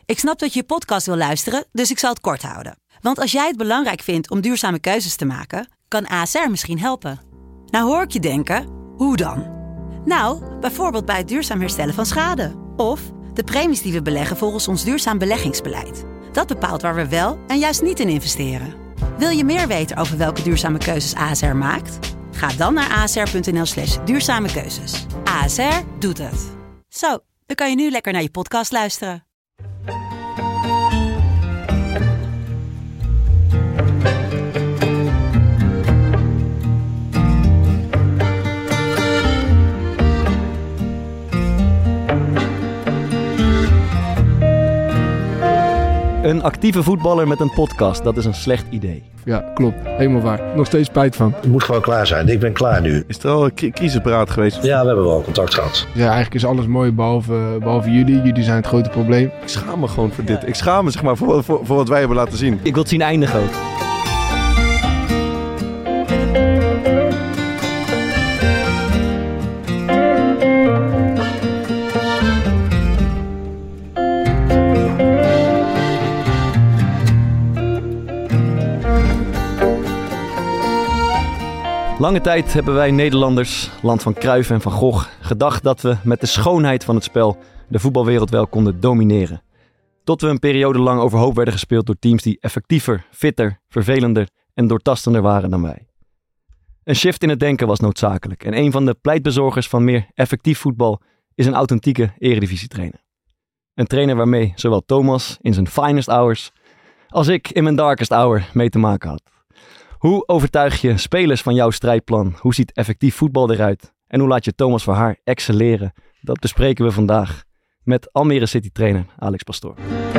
Ik snap dat je podcast wil luisteren, dus ik zal het kort houden. Want als jij het belangrijk vindt om duurzame keuzes te maken, kan ASR misschien helpen. Nou hoor ik je denken, hoe dan? Nou, bijvoorbeeld bij het duurzaam herstellen van schade. Of de premies die we beleggen volgens ons duurzaam beleggingsbeleid. Dat bepaalt waar we wel en juist niet in investeren. Wil je meer weten over welke duurzame keuzes ASR maakt? Ga dan naar asr.nl/duurzame keuzes. ASR doet het. Zo, dan kan je nu lekker naar je podcast luisteren. Een actieve voetballer met een podcast, dat is een slecht idee. Ja, klopt. Helemaal waar. Nog steeds spijt van. Het moet gewoon klaar zijn. Ik ben klaar nu. Is er al een crisisberaad geweest? Ja, we hebben wel contact gehad. Ja, eigenlijk is alles mooi behalve jullie. Jullie zijn het grote probleem. Ik schaam me gewoon voor dit. Ik schaam me zeg maar voor wat wij hebben laten zien. Ik wil het zien eindigen ook. Lange tijd hebben wij Nederlanders, land van Cruyff en van Gogh, gedacht dat we met de schoonheid van het spel de voetbalwereld wel konden domineren. Tot we een periode lang overhoop werden gespeeld door teams die effectiever, fitter, vervelender en doortastender waren dan wij. Een shift in het denken was noodzakelijk en een van de pleitbezorgers van meer effectief voetbal is een authentieke eredivisietrainer. Een trainer waarmee zowel Thomas in zijn finest hours als ik in mijn darkest hour mee te maken had. Hoe overtuig je spelers van jouw strijdplan? Hoe ziet effectief voetbal eruit? En hoe laat je Thomas Verhaar excelleren? Dat bespreken we vandaag met Almere City trainer Alex Pastoor.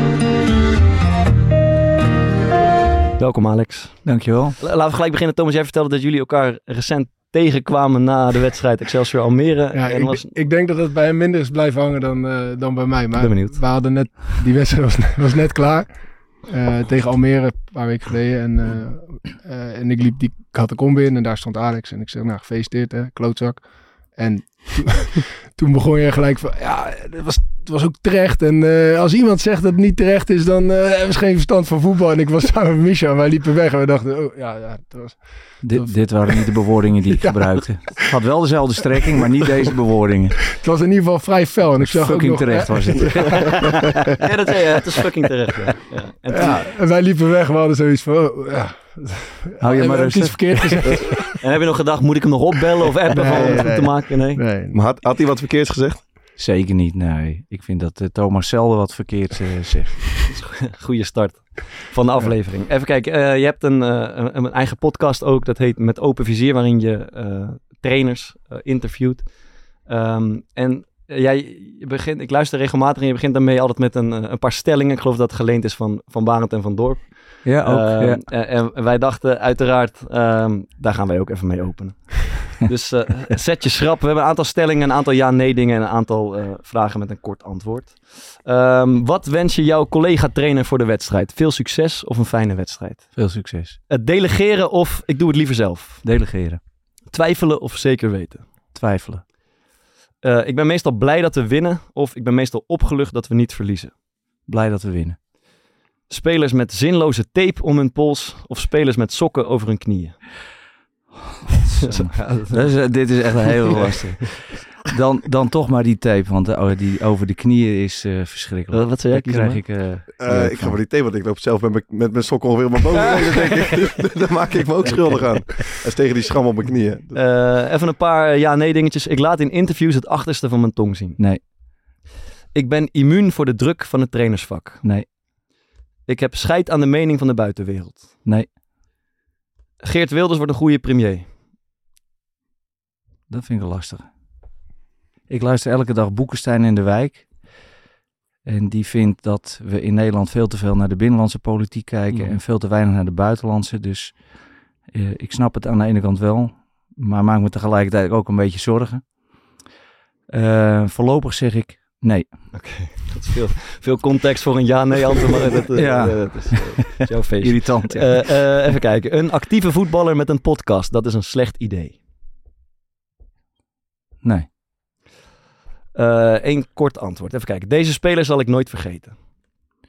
Welkom Alex. Dankjewel. Laten we gelijk beginnen. Thomas, jij vertelde dat jullie elkaar recent tegenkwamen na de wedstrijd Excelsior Almere. Ja, ik denk dat het bij hem minder is blijven hangen dan bij mij. Maar ben benieuwd. We hadden net, die wedstrijd was net klaar. Tegen Almere een paar weken geleden. En ik had de kom binnen en daar stond Alex. En ik zeg, nou gefeliciteerd hè, klootzak. En toen begon je gelijk van, ja, het was ook terecht. En als iemand zegt dat het niet terecht is, dan hebben ze geen verstand van voetbal. En ik was samen met Misha en wij liepen weg. En we dachten, oh ja, het was... Dit waren niet de bewoordingen die ik gebruikte. Het had wel dezelfde strekking, maar niet deze bewoordingen. Het was in ieder geval vrij fel. En ik zag fucking ook nog, terecht was het. Ja, dat zei je. Het is fucking terecht. Ja. En wij liepen weg. We hadden zoiets van, hou je maar rustig. Iets verkeerd gezegd. En heb je nog gedacht, moet ik hem nog opbellen of appen om het goed te maken? Nee. Maar had hij wat verkeerds gezegd? Zeker niet, nee. Ik vind dat Thomas zelden wat verkeerd zegt. Goeie start van de aflevering. Even kijken, je hebt een eigen podcast ook. Dat heet Met Open Vizier, waarin je trainers interviewt. En ik luister regelmatig en je begint daarmee altijd met een paar stellingen. Ik geloof dat het geleend is van Barend en van Dorp. Ja, ook. En wij dachten uiteraard, daar gaan wij ook even mee openen. Dus zet je schrap. We hebben een aantal stellingen, een aantal ja-nee dingen en een aantal vragen met een kort antwoord. Wat wens je jouw collega-trainer voor de wedstrijd? Veel succes of een fijne wedstrijd? Veel succes. Het delegeren of ik doe het liever zelf? Delegeren. Twijfelen of zeker weten? Twijfelen. Ik ben meestal blij dat we winnen of ik ben meestal opgelucht dat we niet verliezen? Blij dat we winnen. Spelers met zinloze tape om hun pols of spelers met sokken over hun knieën? Dit is echt een hele lastige. Dan toch maar die tape, want die over de knieën is verschrikkelijk. Wat zou jij kiezen? Ik ga voor die tape, want ik loop zelf met mijn sokken ongeveer op mijn boven. Denk ik. Daar maak ik me ook schuldig aan. Dat is tegen die schram op mijn knieën. Even een paar ja-nee dingetjes. Ik laat in interviews het achterste van mijn tong zien. Nee. Ik ben immuun voor de druk van het trainersvak. Nee. Ik heb scheid aan de mening van de buitenwereld. Nee. Geert Wilders wordt een goede premier. Dat vind ik lastig. Ik luister elke dag Boekenstein in de Wijk. En die vindt dat we in Nederland veel te veel naar de binnenlandse politiek kijken en veel te weinig naar de buitenlandse. Dus ik snap het aan de ene kant wel, maar maak me tegelijkertijd ook een beetje zorgen. Voorlopig zeg ik nee. Oké, dat is veel context voor een ja-nee antwoord, maar dat is jouw feest. Irritant. Ja. Even kijken. Een actieve voetballer met een podcast, dat is een slecht idee. Nee. Eén kort antwoord. Even kijken. Deze speler zal ik nooit vergeten.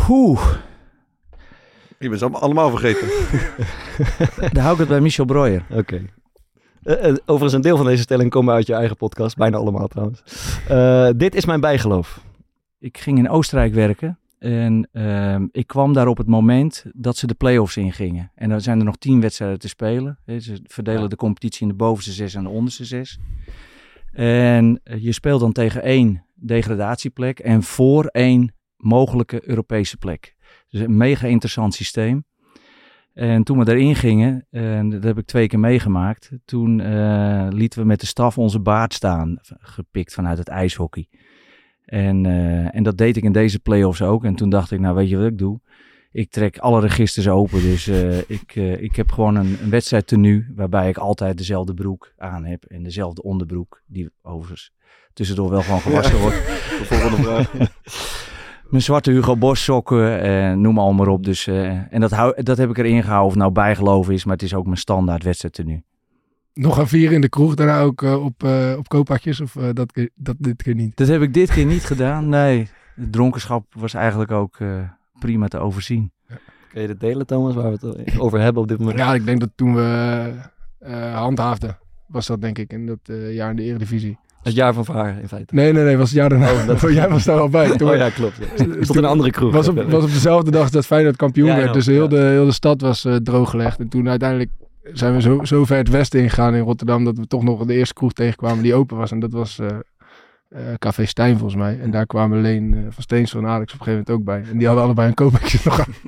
Je bent ze allemaal vergeten. Daar hou ik het bij Michel Breuer. Oké. Overigens, een deel van deze stelling komen uit je eigen podcast. Bijna allemaal trouwens. Dit is mijn bijgeloof. Ik ging in Oostenrijk werken. En ik kwam daar op het moment dat ze de play-offs ingingen. En dan zijn er nog 10 wedstrijden te spelen. Ze verdelen de competitie in de bovenste 6 en de onderste 6. En je speelt dan tegen 1 degradatieplek en voor 1 mogelijke Europese plek. Dus een mega interessant systeem. En toen we erin gingen, en dat heb ik 2 keer meegemaakt, toen lieten we met de staf onze baard staan, gepikt vanuit het ijshockey. En dat deed ik in deze play-offs ook. En toen dacht ik, nou weet je wat ik doe? Ik trek alle registers open. Dus ik heb gewoon een wedstrijdtenue waarbij ik altijd dezelfde broek aan heb. En dezelfde onderbroek, die overigens tussendoor wel gewoon gewassen wordt. De volgende vraag. Mijn zwarte Hugo Boss sokken, noem maar op. Dus, en dat heb ik erin gehouden of het nou bijgeloof is. Maar het is ook mijn standaard wedstrijdtenue. Nog gaan vieren in de kroeg, daarna ook op koopakjes of dat dit keer niet? Dat heb ik dit keer niet gedaan. Nee, de dronkenschap was eigenlijk ook prima te overzien. Kun je dit delen, Thomas, waar we het over hebben op dit moment? Ja, ik denk dat toen we handhaafden, was dat denk ik in dat jaar in de Eredivisie. Het jaar van Vaar, in feite. Nee, was het jaar daarna. Jij was daar al bij. Toen ja, klopt. Ja. Ik stond in een andere kroeg. Was op dezelfde dag dat Feyenoord kampioen werd. Dus heel ja. de stad was drooggelegd. En toen uiteindelijk zijn we zo ver het westen ingegaan in Rotterdam dat we toch nog de eerste kroeg tegenkwamen die open was. En dat was Café Stijn volgens mij. En daar kwamen Leen van Steensel en Alex op een gegeven moment ook bij. En die hadden allebei een koopakje nog aan.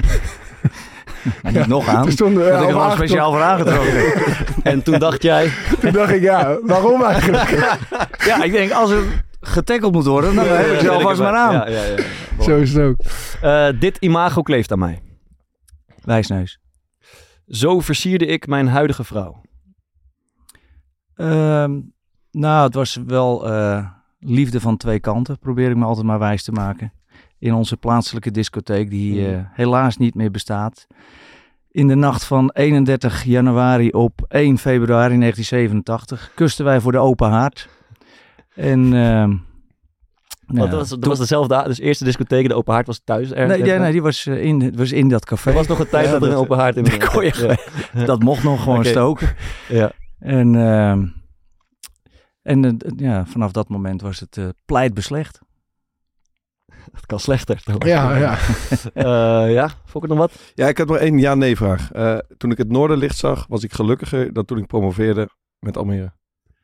En niet nog aan. Toen stonden had ik er gewoon speciaal voor aangetrokken. En toen dacht jij... Toen dacht ik, ja, waarom eigenlijk? Ja, ik denk, als er getackeld moet worden, dan heb ik ze alvast maar aan. Ja. Zo is het ook. Dit imago kleeft aan mij. Wijsneus. Zo versierde ik mijn huidige vrouw. Nou, het was wel liefde van 2 kanten. Probeer ik me altijd maar wijs te maken. In onze plaatselijke discotheek, die helaas niet meer bestaat. In de nacht van 31 januari op 1 februari 1987 kusten wij voor de open haard. En... dat was dezelfde, dus eerste discotheek, de open haard was thuis ergens? Nee, die was in dat café. Er was nog een tijd dat er een open haard in was. Dat mocht nog gewoon stoken. Ja. En vanaf dat moment was het pleit beslecht. Dat kan slechter. Toch? Ja. Ja, vond ik nog wat? Ja, ik had maar 1 ja-nee vraag. Toen ik het noorderlicht zag, was ik gelukkiger dan toen ik promoveerde met Almere.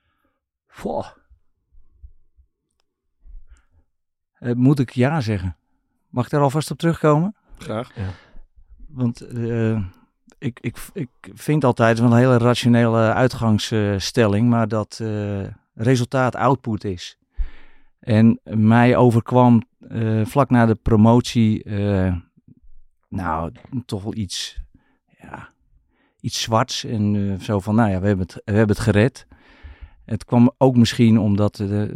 Moet ik ja zeggen? Mag ik daar alvast op terugkomen? Graag. Ja. Want ik vind altijd wel een hele rationele uitgangsstelling, maar dat resultaat output is. En mij overkwam vlak na de promotie toch wel iets zwarts. En zo van, nou ja, we hebben het gered. Het kwam ook misschien omdat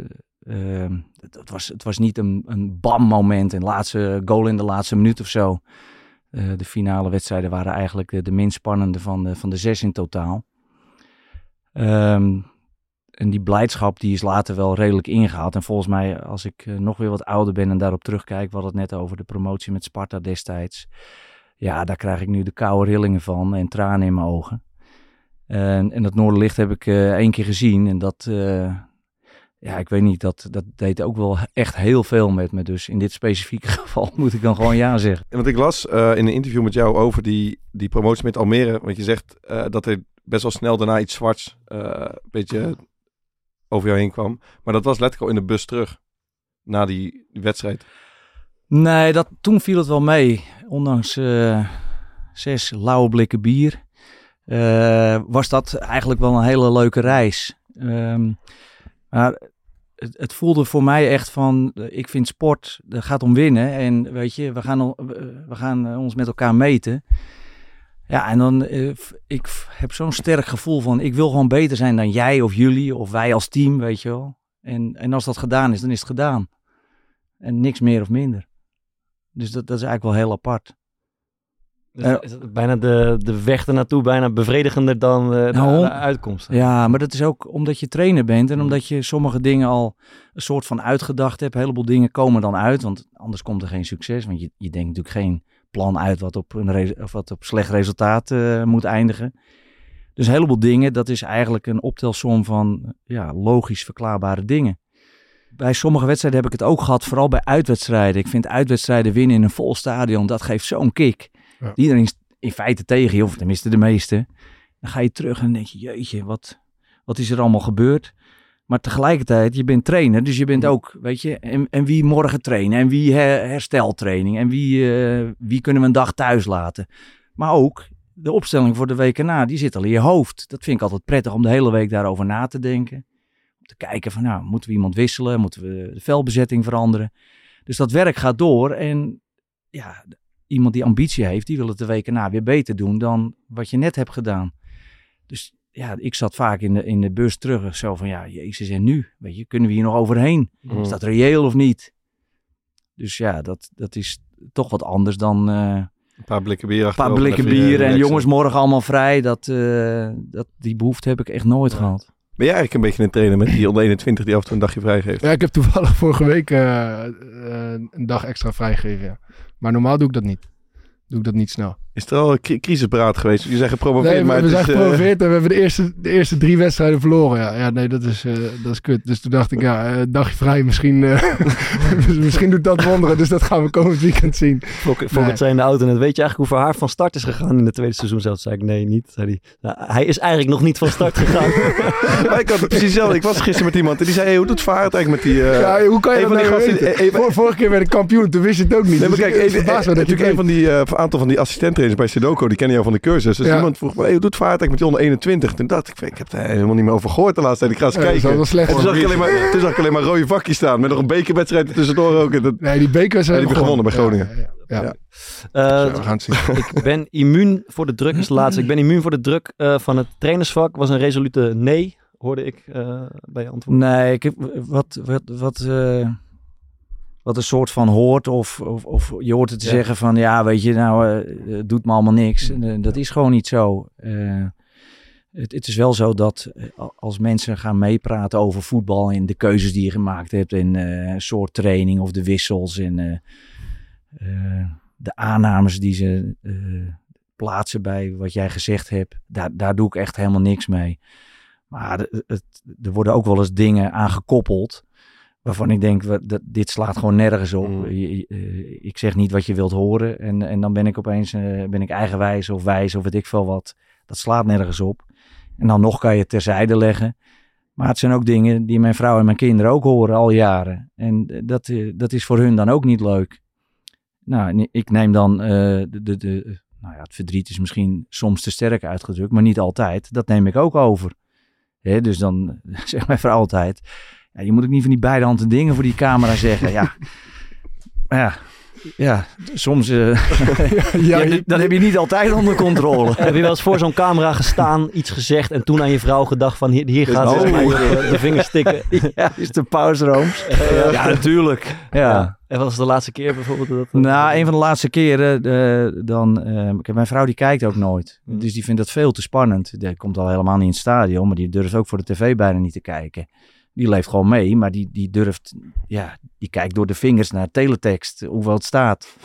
het was niet een bam moment, een laatste goal in de laatste minuut of zo. De finale wedstrijden waren eigenlijk de minst spannende van de 6 in totaal. En die blijdschap die is later wel redelijk ingehaald. En volgens mij, als ik nog weer wat ouder ben en daarop terugkijk, we hadden het net over de promotie met Sparta destijds. Ja, daar krijg ik nu de koude rillingen van en tranen in mijn ogen. En dat Noorderlicht heb ik 1 keer gezien. En dat, ik weet niet, dat deed ook wel echt heel veel met me. Dus in dit specifieke geval moet ik dan gewoon ja zeggen. Want ik las in een interview met jou over die promotie met Almere. Want je zegt dat er best wel snel daarna iets zwarts een beetje over jou heen kwam. Maar dat was letterlijk al in de bus terug. Na die wedstrijd. Nee, toen viel het wel mee. Ondanks 6 lauwe blikken bier. Was dat eigenlijk wel een hele leuke reis. Maar het voelde voor mij echt van, ik vind sport, het gaat om winnen. En weet je, we gaan ons met elkaar meten. Ja, en dan, ik heb zo'n sterk gevoel van, ik wil gewoon beter zijn dan jij of jullie of wij als team, weet je wel. En als dat gedaan is, dan is het gedaan. En niks meer of minder. Dus dat is eigenlijk wel heel apart. Dus is het bijna de weg ernaartoe bijna bevredigender dan de uitkomst? Ja, maar dat is ook omdat je trainer bent en omdat je sommige dingen al een soort van uitgedacht hebt. Een heleboel dingen komen dan uit, want anders komt er geen succes. Want je denkt natuurlijk geen plan uit wat op slecht resultaat moet eindigen. Dus een heleboel dingen, dat is eigenlijk een optelsom van logisch verklaarbare dingen. Bij sommige wedstrijden heb ik het ook gehad, vooral bij uitwedstrijden. Ik vind uitwedstrijden winnen in een vol stadion, dat geeft zo'n kick. Ja. Iedereen is in feite tegen je, of tenminste de meeste. Dan ga je terug en denk je, jeetje, wat is er allemaal gebeurd? Maar tegelijkertijd, je bent trainer, dus je bent ook, weet je, en wie morgen trainen en wie hersteltraining en wie kunnen we een dag thuis laten. Maar ook de opstelling voor de week erna, die zit al in je hoofd. Dat vind ik altijd prettig om de hele week daarover na te denken. Om te kijken van, moeten we iemand wisselen? Moeten we de velbezetting veranderen? Dus dat werk gaat door en iemand die ambitie heeft, die wil het de week erna weer beter doen dan wat je net hebt gedaan. Dus ik zat vaak in de bus terug zo van, jezus, en nu? Weet je, kunnen we hier nog overheen? Is dat reëel of niet? Dus dat is toch wat anders dan een paar blikken bier achterover. Een paar blikken bier en jongens morgen allemaal vrij. Die behoefte heb ik echt nooit gehad. Ben jij eigenlijk een beetje een trainer met die onder 21 die af en toe een dagje vrijgeeft? Ja, ik heb toevallig vorige week een dag extra vrijgegeven. Ja. Maar normaal doe ik dat niet. Doe ik dat niet snel. Is er al een crisisberaad geweest? Je zijn gepromoveerd, nee, maar we zijn gepromoveerd en we hebben de eerste 3 wedstrijden verloren. Ja, nee, dat is kut. Dus toen dacht ik, een dagje vrij, misschien doet dat wonderen. Dus dat gaan we komend weekend zien. Het zijn de auto. En weet je eigenlijk hoe Verhaar van start is gegaan in het tweede seizoen zelf? Zei ik, nee, niet. Zei hij is eigenlijk nog niet van start gegaan. Maar ik had het precies zelf. Ik was gisteren met iemand en die zei, hoe doet Verhaar het eigenlijk met die... hoe kan je dat nou weten? Vorige keer werd ik kampioen, toen wist je het ook niet. Nee, maar kijk, natuurlijk een van die aantal van die assistenttrainers bij Sudoku, die kennen jou van de cursus. Dus iemand vroeg me, hoe doet Vaart eigenlijk met die onder 21? Toen dacht ik heb er helemaal niet meer over gehoord de laatste tijd. Ik ga eens kijken. Dat slecht. Toen zag ik alleen maar rode vakjes staan. Met nog een bekerwedstrijd er tussendoor ook. Nee, die bekerwedstrijd die hebben gewonnen bij Groningen. Ja. We gaan het zien. Ik ben immuun voor de druk, is de laatste. Ik ben immuun voor de druk van het trainersvak. Was een resolute nee, hoorde ik bij je antwoord. Nee, ik heb wat een soort van hoort of je hoort het te zeggen van weet je, het doet me allemaal niks. Dat is gewoon niet zo. Het is wel zo dat als mensen gaan meepraten over voetbal en de keuzes die je gemaakt hebt en een soort training of de wissels en de aannames die ze plaatsen bij wat jij gezegd hebt, daar doe ik echt helemaal niks mee. Maar er worden ook wel eens dingen aangekoppeld waarvan ik denk, dit slaat gewoon nergens op. Ik zeg niet wat je wilt horen. En dan ben ik opeens ben ik eigenwijs of wijs of weet ik veel wat. Dat slaat nergens op. En dan nog kan je het terzijde leggen. Maar het zijn ook dingen die mijn vrouw en mijn kinderen ook horen al jaren. En dat is voor hun dan ook niet leuk. Nou, ik neem dan het verdriet is misschien soms te sterk uitgedrukt, maar niet altijd. Dat neem ik ook over. Dus dan zegt mijn vrouw altijd, je moet ook niet van die beide handen dingen voor die camera zeggen. Ja, soms dat heb je niet altijd onder controle. Heb je wel eens voor zo'n camera gestaan, iets gezegd en toen aan je vrouw gedacht van hier gaat ze de vingers stikken. Is de pausrooms? Ja, natuurlijk. Ja. En wat was de laatste keer bijvoorbeeld? Een van de laatste keren mijn vrouw die kijkt ook nookt. Dus die vindt dat veel te spannend. Die komt al helemaal niet in het stadion, maar die durft ook voor de tv bijna niet te kijken. Die leeft gewoon mee, maar die durft, die kijkt door de vingers naar teletext, hoeveel het staat.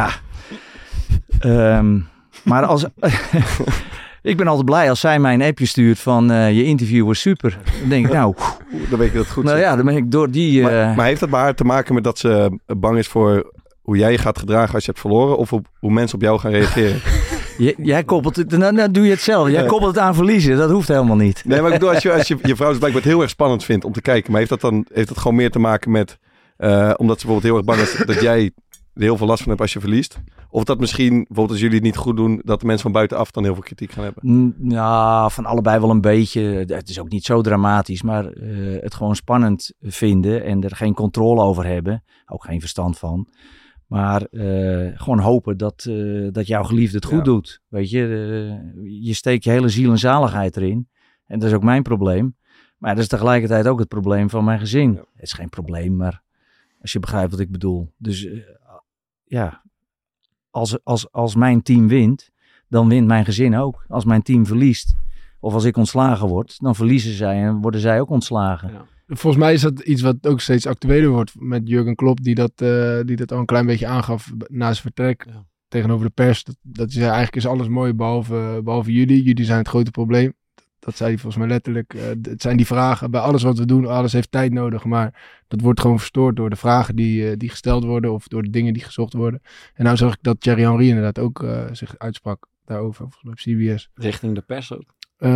Maar ik ben altijd blij als zij mij een appje stuurt van je interview was super. Dan denk ik, dan weet je dat goed. Dan ben ik door die... Maar heeft dat bij haar te maken met dat ze bang is voor hoe jij je gaat gedragen als je hebt verloren, of op hoe mensen op jou gaan reageren? Jij koppelt het, dan doe je het zelf. Jij koppelt het aan verliezen, dat hoeft helemaal niet. Nee, maar ik bedoel, als je vrouw het blijkbaar heel erg spannend vindt om te kijken, maar heeft dat gewoon meer te maken met, omdat ze bijvoorbeeld heel erg bang is dat jij er heel veel last van hebt als je verliest? Of dat misschien, bijvoorbeeld als jullie het niet goed doen, dat de mensen van buitenaf dan heel veel kritiek gaan hebben? Ja, van allebei wel een beetje. Het is ook niet zo dramatisch, maar het gewoon spannend vinden en er geen controle over hebben, ook geen verstand van. Maar gewoon hopen dat jouw geliefde het goed doet. Weet je, je steekt je hele ziel en zaligheid erin. En dat is ook mijn probleem. Maar dat is tegelijkertijd ook het probleem van mijn gezin. Ja. Het is geen probleem, maar als je begrijpt wat ik bedoel. Dus als mijn team wint, dan wint mijn gezin ook. Als mijn team verliest, of als ik ontslagen word, dan verliezen zij en worden zij ook ontslagen. Ja. Volgens mij is dat iets wat ook steeds actueler wordt met Jurgen Klopp, die dat al een klein beetje aangaf na zijn vertrek tegenover de pers. Dat hij zei, eigenlijk is alles mooi behalve jullie. Jullie zijn het grote probleem. Dat zei hij volgens mij letterlijk. Het zijn die vragen, bij alles wat we doen, alles heeft tijd nodig, maar dat wordt gewoon verstoord door de vragen die gesteld worden of door de dingen die gezocht worden. En nou zag ik dat Thierry Henry inderdaad ook zich uitsprak daarover, volgens mij op CBS. Richting de pers ook.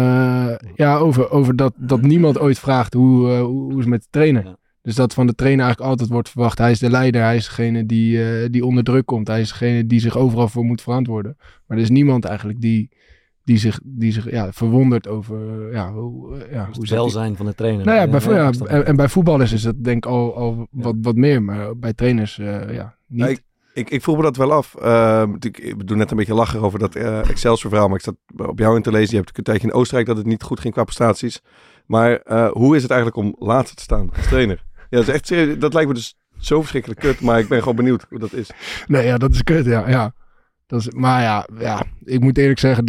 Over dat niemand ooit vraagt hoe is het met de trainer. Ja. Dus dat van de trainer eigenlijk altijd wordt verwacht. Hij is de leider, hij is degene die onder druk komt. Hij is degene die zich overal voor moet verantwoorden. Maar er is niemand eigenlijk die zich verwondert over hoe Het welzijn van de trainer. Nou ja, en bij voetballers is dat denk ik al wat meer. Maar bij trainers niet. Ik vroeg me dat wel af. Ik doe net een beetje lachen over dat Excelsior verhaal. Maar ik zat op jou in te lezen. Je hebt een tijdje in Oostenrijk dat het niet goed ging qua prestaties. Maar hoe is het eigenlijk om laatste te staan als trainer? Ja, dat is echt serieus. Dat lijkt me dus zo verschrikkelijk kut. Maar ik ben gewoon benieuwd hoe dat is. Nee, ja, dat is kut, ja. Maar ik moet eerlijk zeggen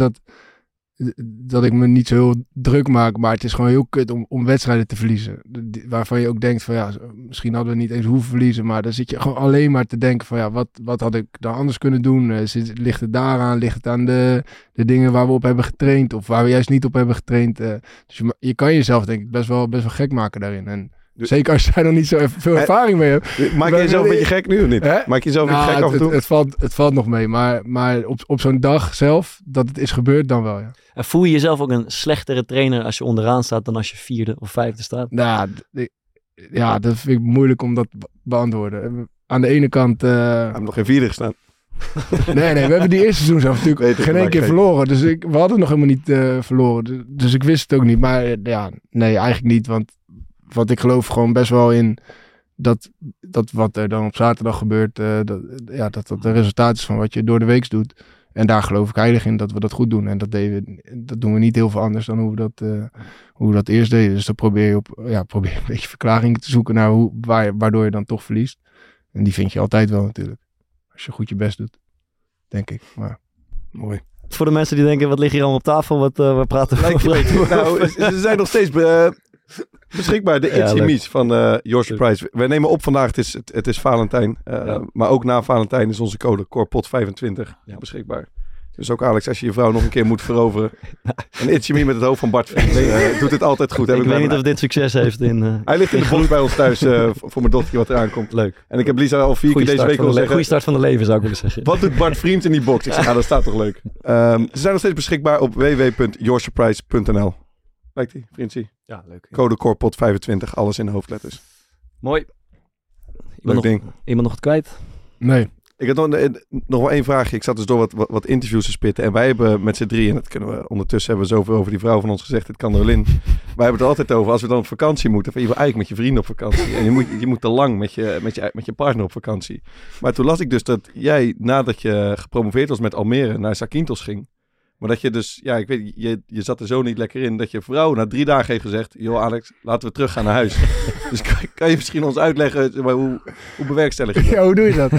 dat ik me niet zo heel druk maak. Maar het is gewoon heel kut om wedstrijden te verliezen. Waarvan je ook denkt van misschien hadden we niet eens hoeven verliezen. Maar dan zit je gewoon alleen maar te denken van wat had ik dan anders kunnen doen? Ligt het daaraan? Ligt het aan de dingen waar we op hebben getraind? Of waar we juist niet op hebben getraind? Dus je kan jezelf denk ik best wel gek maken daarin. En zeker als je daar nog niet zo veel ervaring mee hebt. Maak je jezelf een beetje gek nu of niet? Maak je jezelf een beetje gek af en toe? Het valt nog mee. Maar op zo'n dag zelf, dat het is gebeurd, dan wel, ja. En voel je jezelf ook een slechtere trainer als je onderaan staat dan als je 4e of 5e staat? Nou, dat vind ik moeilijk om dat te beantwoorden. Aan de ene kant... We hebben nog geen 4e gestaan. Nee, we hebben die eerste seizoen zelf natuurlijk geen één keer verloren. Dus we hadden nog helemaal niet verloren. Dus ik wist het ook niet. Maar nee, eigenlijk niet. Want ik geloof gewoon best wel in dat wat er dan op zaterdag gebeurt, dat het een resultaat is van wat je door de week doet. En daar geloof ik heilig in dat we dat goed doen. En dat doen we niet heel veel anders dan hoe we dat eerst deden. Dus dan probeer je een beetje verklaringen te zoeken naar waardoor je dan toch verliest. En die vind je altijd wel natuurlijk. Als je goed je best doet, denk ik. Maar mooi. Voor de mensen die denken, wat ligt hier allemaal op tafel? We praten over. Nou, ze zijn nog steeds beschikbaar. De Itchy Mies van Your Surprise. Wij nemen op vandaag, het is Valentijn. Maar ook na Valentijn is onze code CORPOT25 beschikbaar. Dus ook Alex, als je je vrouw nog een keer moet veroveren. Een Itchy Mies met het hoofd van Bart doet het altijd goed. Ik weet niet of dit succes heeft in... Hij ligt in de box bij ons thuis voor mijn dochtertje wat eraan komt. Leuk. En ik heb Lisa al 4 keer deze week al zeggen... Goeie start van de leven zou ik willen zeggen. Wat doet Bart Vriend in die box? Ik zeg, dat staat toch leuk. Ze zijn nog steeds beschikbaar op www.yoursurprise.nl. Lijkt die, vriendje? Ja, leuk. Ja. Code CORPOT25, alles in hoofdletters. Mooi. Leuk Iemand nog wat kwijt? Nee. Ik had nog wel één vraagje. Ik zat dus door wat interviews te spitten. En wij hebben met z'n drieën, en dat kunnen we ondertussen hebben we zoveel over die vrouw van ons gezegd. Het kan erin. Wij hebben het er altijd over. Als we dan op vakantie moeten. Van, je wil eigenlijk met je vrienden op vakantie. En je moet te lang met je partner op vakantie. Maar toen las ik dus dat jij, nadat je gepromoveerd was met Almere, naar Zakynthos ging. Maar dat je dus, ik weet, je zat er zo niet lekker in, dat je vrouw na 3 dagen heeft gezegd, joh Alex, laten we terug gaan naar huis. Dus kan je misschien ons uitleggen, hoe bewerkstellig je dat? Ja, hoe doe je dat?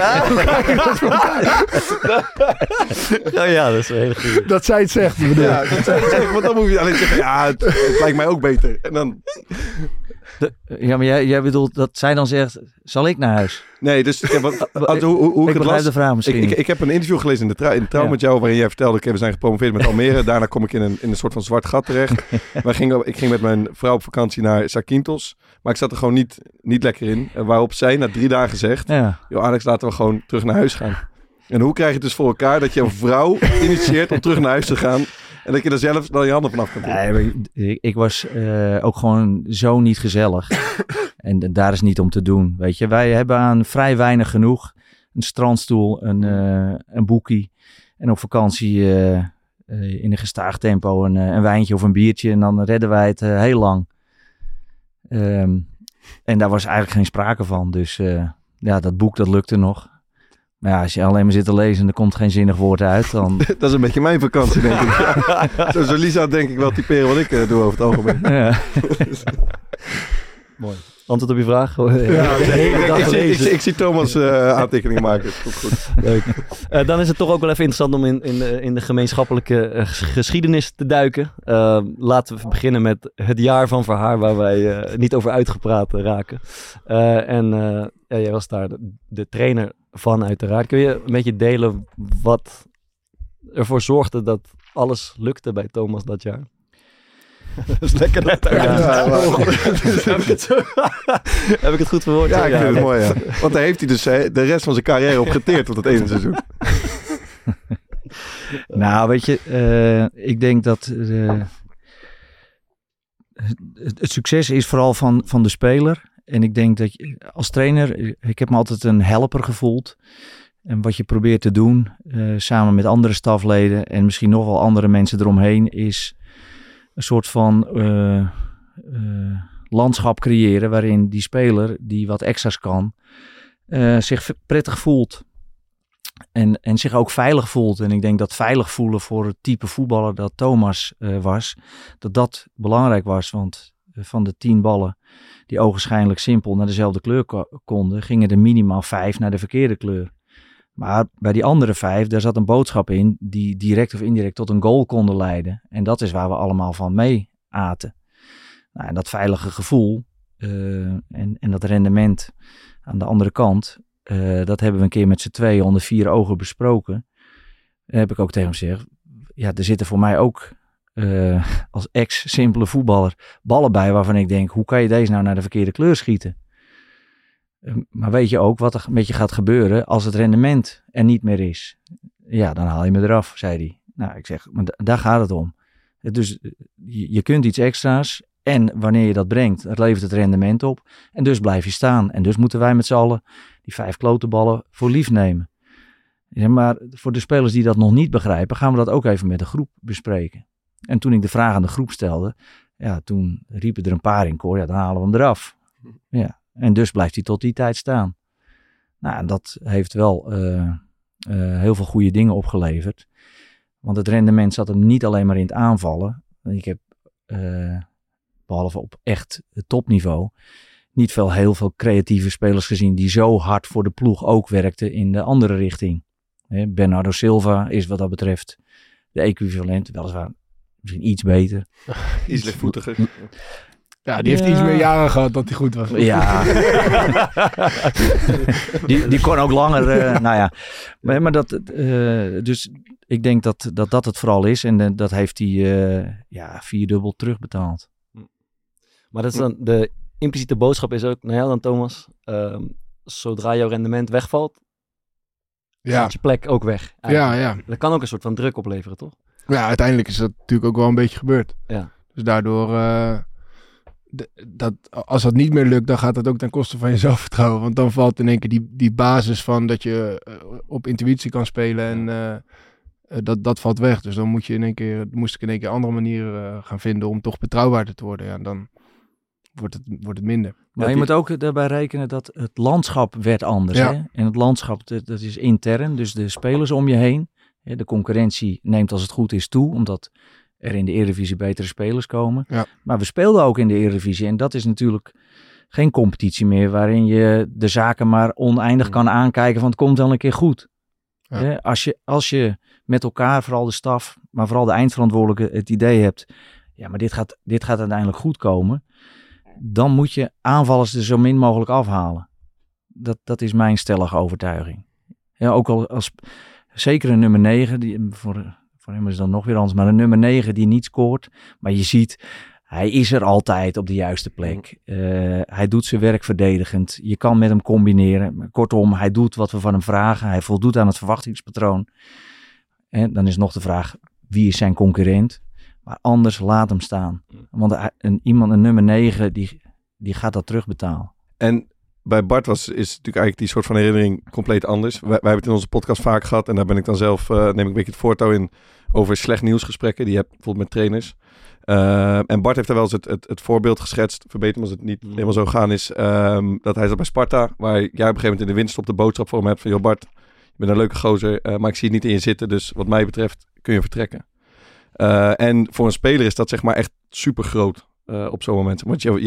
Ja, dat is een hele goede. Dat zij het zegt. Ja, dat zij het zegt, want dan moet je alleen zeggen, het lijkt mij ook beter. En dan... maar jij bedoelt dat zij dan zegt, zal ik naar huis? Nee, dus hoe ik het las, de vraag misschien. Ik heb een interview gelezen in de Trouw met jou, waarin jij vertelde, we zijn gepromoveerd met Almere. Daarna kom ik in een soort van zwart gat terecht. Ik ging met mijn vrouw op vakantie naar Zakynthos, maar ik zat er gewoon niet lekker in. Waarop zij na 3 dagen zegt, joh Alex, laten we gewoon terug naar huis gaan. En hoe krijg je het dus voor elkaar dat je een vrouw initieert om terug naar huis te gaan en dat je er zelf dan je handen vanaf kan doen? Nee, ik was ook gewoon zo niet gezellig. En daar is niet om te doen, weet je. Wij hebben aan vrij weinig genoeg. Een strandstoel, een boekie. En op vakantie in een gestaag tempo een wijntje of een biertje. En dan redden wij het heel lang. En daar was eigenlijk geen sprake van. Dus dat boek, dat lukte nog. Maar ja, als je alleen maar zit te lezen en er komt geen zinnig woord uit, dan... Dat is een beetje mijn vakantie, denk ik. Zo Lisa denk ik wel typeren wat ik doe over het algemeen. Ja. Mooi. Antwoord op je vraag? Ik zie Thomas aantekeningen maken. Goed. Leuk. Dan is het toch ook wel even interessant om in de gemeenschappelijke geschiedenis te duiken. Laten we beginnen met het jaar van Verhaar, waar wij niet over uitgepraat raken. Jij was daar de trainer van uiteraard. Kun je een beetje delen wat ervoor zorgde dat alles lukte bij Thomas dat jaar? Dat is lekker net Heb ik het goed verwoord? Ja, ik vind het mooi, ja. Want daar heeft hij dus de rest van zijn carrière op geteerd tot het ene seizoen. Nou, weet je, ik denk dat het succes is vooral van de speler. En ik denk dat je, als trainer, ik heb me altijd een helper gevoeld. En wat je probeert te doen, samen met andere stafleden en misschien nog wel andere mensen eromheen, is een soort van landschap creëren waarin die speler die wat extra's kan, zich prettig voelt. En zich ook veilig voelt. En ik denk dat veilig voelen voor het type voetballer dat Thomas was, dat belangrijk was. Want van de 10 ballen die ogenschijnlijk simpel naar dezelfde kleur konden, gingen er minimaal 5 naar de verkeerde kleur. Maar bij die andere 5, daar zat een boodschap in die direct of indirect tot een goal konden leiden. En dat is waar we allemaal van mee aten. Nou, en dat veilige gevoel en dat rendement aan de andere kant, dat hebben we een keer met z'n tweeën onder 4 ogen besproken. Daar heb ik ook tegen hem gezegd, ja, er zitten voor mij ook als ex-simpele voetballer ballen bij waarvan ik denk, hoe kan je deze nou naar de verkeerde kleur schieten? Maar weet je ook wat er met je gaat gebeuren als het rendement er niet meer is? Ja, dan haal je me eraf, zei hij. Nou, ik zeg, maar daar gaat het om. Dus je kunt iets extra's en wanneer je dat brengt, het levert het rendement op. En dus blijf je staan. En dus moeten wij met z'n allen die 5 klotenballen voor lief nemen. Ja, maar voor de spelers die dat nog niet begrijpen, gaan we dat ook even met de groep bespreken. En toen ik de vraag aan de groep stelde, ja, toen riepen er een paar in koor, ja, dan halen we hem eraf. Ja. En dus blijft hij tot die tijd staan. Nou, en dat heeft wel heel veel goede dingen opgeleverd. Want het rendement zat hem niet alleen maar in het aanvallen. Ik heb, behalve op echt het topniveau, niet heel veel creatieve spelers gezien die zo hard voor de ploeg ook werkten in de andere richting. Bernardo Silva is wat dat betreft de equivalent, weliswaar misschien iets beter. Iets lichtvoetiger. Ja, die heeft iets meer jaren gehad dat hij goed was. Ja. die kon ook langer, nou ja. Maar dat, dus ik denk dat het vooral is. En dat heeft hij 4-dubbel terugbetaald. Maar dat is dan de impliciete boodschap is ook, nou ja dan Thomas, zodra jouw rendement wegvalt, gaat je plek ook weg. Ja. Dat kan ook een soort van druk opleveren, toch? Ja, uiteindelijk is dat natuurlijk ook wel een beetje gebeurd. Ja. Dus daardoor, als dat niet meer lukt, dan gaat dat ook ten koste van je zelfvertrouwen. Want dan valt in één keer die basis van dat je op intuïtie kan spelen en dat valt weg. Dus dan moest ik in één keer andere manieren gaan vinden om toch betrouwbaarder te worden. Ja, dan wordt het minder. Maar je moet ook daarbij rekenen dat het landschap werd anders. Ja. Hè? En het landschap, dat is intern. Dus de spelers om je heen. De concurrentie neemt als het goed is toe, omdat er in de Eredivisie betere spelers komen. Ja. Maar we speelden ook in de Eredivisie. En dat is natuurlijk geen competitie meer waarin je de zaken maar oneindig kan aankijken van het komt wel een keer goed. Ja. Als je met elkaar, vooral de staf, maar vooral de eindverantwoordelijke het idee hebt, ja, maar dit gaat uiteindelijk goed komen, dan moet je aanvallers er zo min mogelijk afhalen. Dat is mijn stellige overtuiging. Ja, ook al als zeker een nummer 9, die voor hem is dan nog weer anders, maar een nummer 9 die niet scoort, maar je ziet, hij is er altijd op de juiste plek. Hij doet zijn werk verdedigend. Je kan met hem combineren. Kortom, hij doet wat we van hem vragen. Hij voldoet aan het verwachtingspatroon. En dan is nog de vraag, wie is zijn concurrent? Maar anders laat hem staan. Want een nummer 9, die gaat dat terugbetalen. En bij Bart is natuurlijk eigenlijk die soort van herinnering compleet anders. Wij hebben het in onze podcast vaak gehad. En daar ben ik dan zelf, neem ik een beetje het voortouw in over slecht nieuwsgesprekken. Die je hebt bijvoorbeeld met trainers. En Bart heeft daar wel eens het voorbeeld geschetst. Verbeter me als het niet helemaal zo gaan is. Dat hij zat bij Sparta. Waar jij op een gegeven moment in de winststop de boodschap voor hem hebt. Van joh Bart, je bent een leuke gozer. Maar ik zie het niet in je zitten. Dus wat mij betreft kun je vertrekken. En voor een speler is dat zeg maar echt super groot op zo'n moment. Want je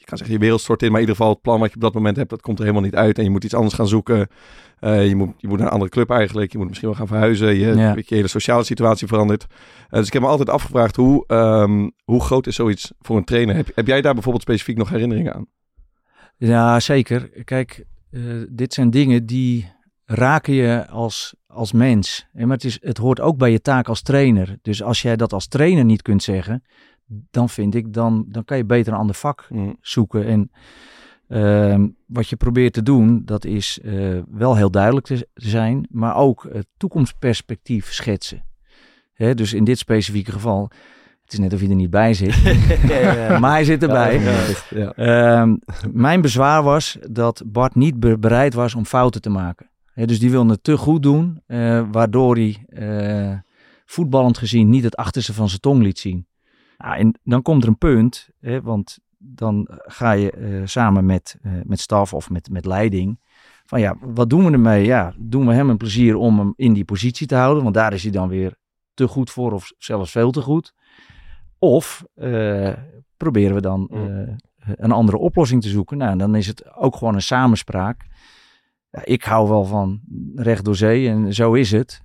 ga zeggen je wereld stort in, maar in ieder geval het plan wat je op dat moment hebt, dat komt er helemaal niet uit. En je moet iets anders gaan zoeken. Je moet naar een andere club eigenlijk. Je moet misschien wel gaan verhuizen. Je hele sociale situatie verandert. Dus ik heb me altijd afgevraagd hoe groot is zoiets voor een trainer? Heb jij daar bijvoorbeeld specifiek nog herinneringen aan? Ja, zeker. Kijk, dit zijn dingen die raken je als mens. Maar het hoort ook bij je taak als trainer. Dus als jij dat als trainer niet kunt zeggen, dan vind ik, dan kan je beter een ander vak zoeken. En wat je probeert te doen, dat is wel heel duidelijk te zijn, maar ook het toekomstperspectief schetsen. Dus in dit specifieke geval, het is net of hij er niet bij zit, maar hij zit erbij. Mijn bezwaar was dat Bart niet bereid was om fouten te maken. Dus die wilde het te goed doen, waardoor hij voetballend gezien niet het achterste van zijn tong liet zien. En dan komt er een punt, want dan ga je samen met staf of met leiding van ja, wat doen we ermee? Ja, doen we hem een plezier om hem in die positie te houden, want daar is hij dan weer te goed voor of zelfs veel te goed. Of proberen we dan een andere oplossing te zoeken. Nou, dan is het ook gewoon een samenspraak. Ja, ik hou wel van recht door zee en zo is het.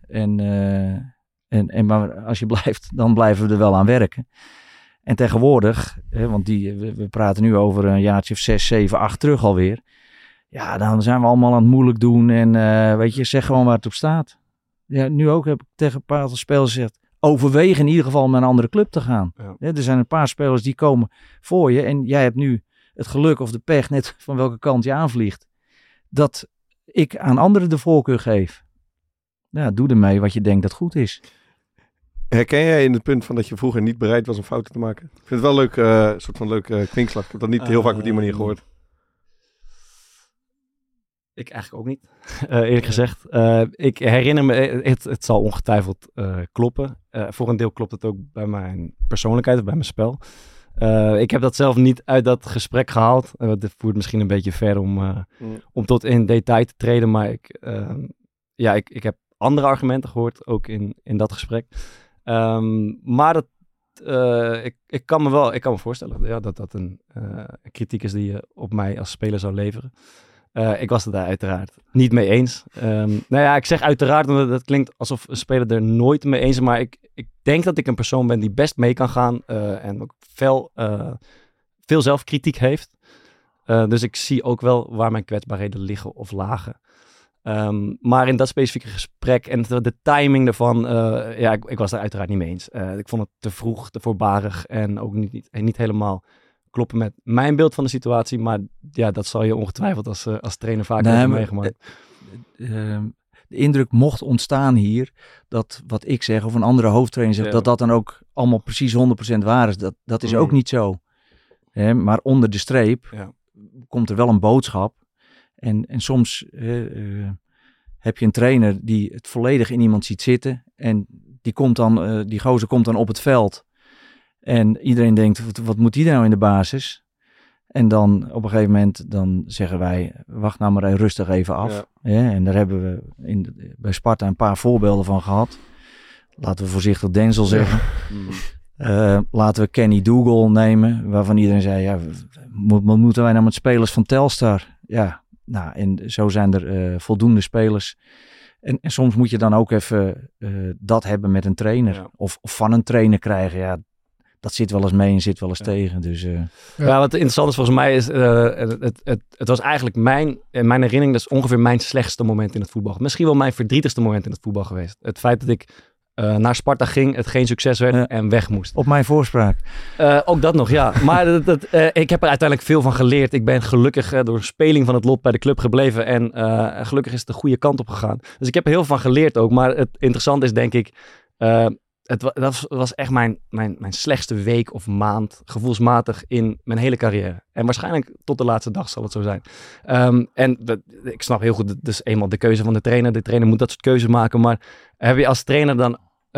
Maar als je blijft, dan blijven we er wel aan werken. En tegenwoordig, want we praten nu over een jaartje of 6, 7, 8 terug alweer. Ja, dan zijn we allemaal aan het moeilijk doen. En weet je, zeg gewoon waar het op staat. Ja, nu ook heb ik tegen een paar spelers gezegd, overweeg in ieder geval om naar een andere club te gaan. Ja. Er zijn een paar spelers die komen voor je. En jij hebt nu het geluk of de pech, net van welke kant je aanvliegt, dat ik aan anderen de voorkeur geef. Ja, doe ermee wat je denkt dat goed is. Herken jij in het punt van dat je vroeger niet bereid was om fouten te maken? Ik vind het wel leuk, een soort van leuk kwinkslag. Ik heb dat niet heel vaak op die manier gehoord. Ik eigenlijk ook niet, eerlijk gezegd. Ik herinner me, het zal ongetwijfeld kloppen. Voor een deel klopt het ook bij mijn persoonlijkheid of bij mijn spel. Ik heb dat zelf niet uit dat gesprek gehaald. Dat voert misschien een beetje ver om tot in detail te treden. Maar ik heb andere argumenten gehoord, ook in dat gesprek. Maar ik kan me voorstellen dat dat een kritiek is die je op mij als speler zou leveren. Ik was het daar uiteraard niet mee eens. Ik zeg uiteraard, omdat dat klinkt alsof een speler er nooit mee eens is. Maar ik denk dat ik een persoon ben die best mee kan gaan en ook veel zelfkritiek heeft. Dus ik zie ook wel waar mijn kwetsbaarheden liggen of lagen. Maar in dat specifieke gesprek en de timing daarvan, ik was daar uiteraard niet mee eens. Ik vond het te vroeg, te voorbarig en ook niet helemaal kloppen met mijn beeld van de situatie. Maar ja, dat zal je ongetwijfeld als trainer vaak hebben meegemaakt. De indruk mocht ontstaan hier dat wat ik zeg of een andere hoofdtrainer zegt, dat dan ook allemaal precies 100% waar is. Dat is ook niet zo. Maar onder de streep komt er wel een boodschap. En soms heb je een trainer die het volledig in iemand ziet zitten. En die gozer komt dan op het veld. En iedereen denkt, wat moet die nou in de basis? En dan op een gegeven moment dan zeggen wij, wacht nou maar rustig even af. Ja, en daar hebben we bij Sparta een paar voorbeelden van gehad. Laten we voorzichtig Denzel zeggen. Laten we Kenny Dougal nemen, waarvan iedereen zei, wat moeten wij nou met spelers van Telstar? Ja, nou, en zo zijn er voldoende spelers. En soms moet je dan ook even dat hebben met een trainer. Ja. Of van een trainer krijgen. Ja, dat zit wel eens mee en zit wel eens tegen. Dus, wat interessant is volgens mij is, het was eigenlijk mijn herinnering, dat is ongeveer mijn slechtste moment in het voetbal. Misschien wel mijn verdrietigste moment in het voetbal geweest. Het feit dat ik naar Sparta ging, het geen succes werd en weg moest. Op mijn voorspraak. Ook dat nog, ja. Maar ik heb er uiteindelijk veel van geleerd. Ik ben gelukkig door speling van het lot bij de club gebleven. En gelukkig is het de goede kant op gegaan. Dus ik heb er heel veel van geleerd ook. Maar het interessante is denk ik, dat was echt mijn slechtste week of maand, gevoelsmatig, in mijn hele carrière. En waarschijnlijk tot de laatste dag zal het zo zijn. Ik snap heel goed, dus eenmaal de keuze van de trainer. De trainer moet dat soort keuzes maken. Maar heb je als trainer dan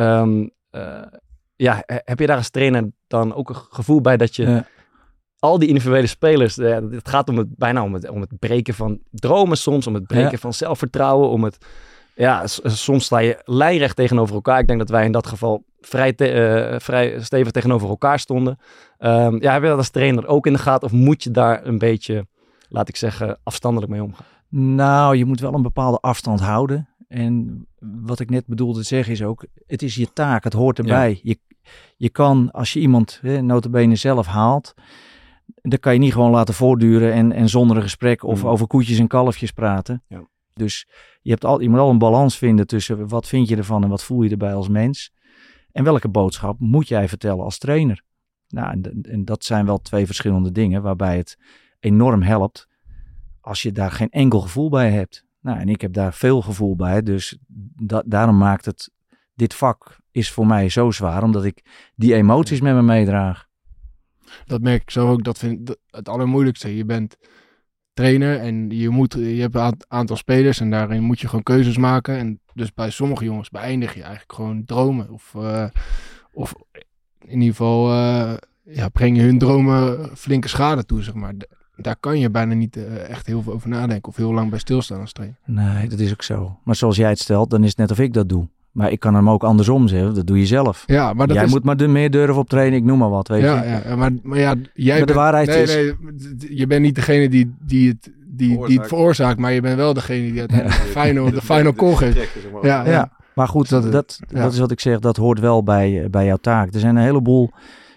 heb je daar als trainer dan ook een gevoel bij dat je al die individuele spelers, het gaat bijna om het breken van dromen soms, om het breken van zelfvertrouwen, om het Ja, soms sta je lijnrecht tegenover elkaar. Ik denk dat wij in dat geval vrij stevig tegenover elkaar stonden. Heb je dat als trainer ook in de gaten? Of moet je daar een beetje, laat ik zeggen, afstandelijk mee omgaan? Nou, je moet wel een bepaalde afstand houden. En wat ik net bedoelde te zeggen is ook, het is je taak, het hoort erbij. Ja. Je kan, als je iemand nota bene zelf haalt, dan kan je niet gewoon laten voortduren en zonder een gesprek of over koetjes en kalfjes praten. Ja. Dus je moet al een balans vinden tussen wat vind je ervan en wat voel je erbij als mens. En welke boodschap moet jij vertellen als trainer? Nou, en dat zijn wel 2 verschillende dingen waarbij het enorm helpt als je daar geen enkel gevoel bij hebt. Nou, en ik heb daar veel gevoel bij, dus daarom maakt het, dit vak is voor mij zo zwaar, omdat ik die emoties met me meedraag. Dat merk ik zo ook, dat vind ik het allermoeilijkste. Je bent trainer en je hebt een aantal spelers en daarin moet je gewoon keuzes maken. En dus bij sommige jongens beëindig je eigenlijk gewoon dromen. Of in ieder geval breng je hun dromen flinke schade toe, zeg maar. Daar kan je bijna niet echt heel veel over nadenken of heel lang bij stilstaan als trainer. Nee, dat is ook zo. Maar zoals jij het stelt, dan is het net of ik dat doe. Maar ik kan hem ook andersom zeggen, dat doe je zelf. Ja, maar jij moet maar meer durven op trainen, ik noem maar wat, weet je. Ja, maar jij de waarheid is... Nee, je bent niet degene die het veroorzaakt, maar je bent wel degene die uiteindelijk de final call geeft. Ja, maar goed, dat is wat ik zeg, dat hoort wel bij jouw taak. Er zijn een heleboel...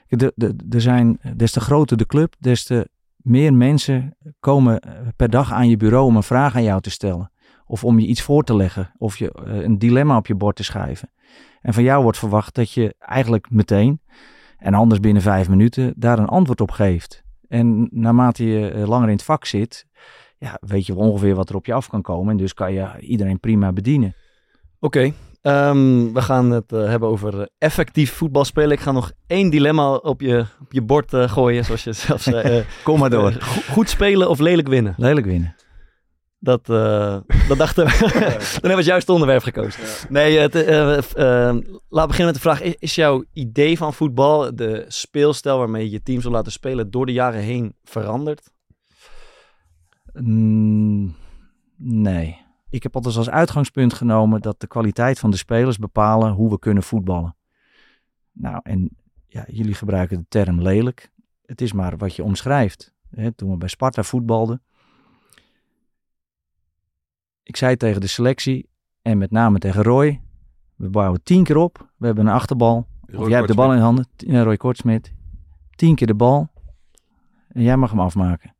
Des te groter de club, des te meer mensen komen per dag aan je bureau om een vraag aan jou te stellen. Of om je iets voor te leggen. Of je een dilemma op je bord te schrijven. En van jou wordt verwacht dat je eigenlijk meteen, en anders binnen 5 minuten, daar een antwoord op geeft. En naarmate je langer in het vak zit, weet je ongeveer wat er op je af kan komen. En dus kan je iedereen prima bedienen. Oké. We gaan het hebben over effectief voetbal spelen. Ik ga nog 1 dilemma op je bord gooien, zoals je zelf zei. Kom maar door. Goed spelen of lelijk winnen? Lelijk winnen. Dat dachten we. Dan hebben we het juiste onderwerp gekozen. Ja. Nee, laten we beginnen met de vraag. Is jouw idee van voetbal, de speelstijl waarmee je je team zal laten spelen, door de jaren heen veranderd? Nee. Ik heb altijd als uitgangspunt genomen dat de kwaliteit van de spelers bepalen hoe we kunnen voetballen. Nou, en jullie gebruiken de term lelijk. Het is maar wat je omschrijft. Toen we bij Sparta voetbalden. Ik zei tegen de selectie en met name tegen Roy, we bouwen 10 keer op. We hebben een achterbal. Of jij hebt de bal in handen. Roy Kortsmit. 10 keer de bal. En jij mag hem afmaken.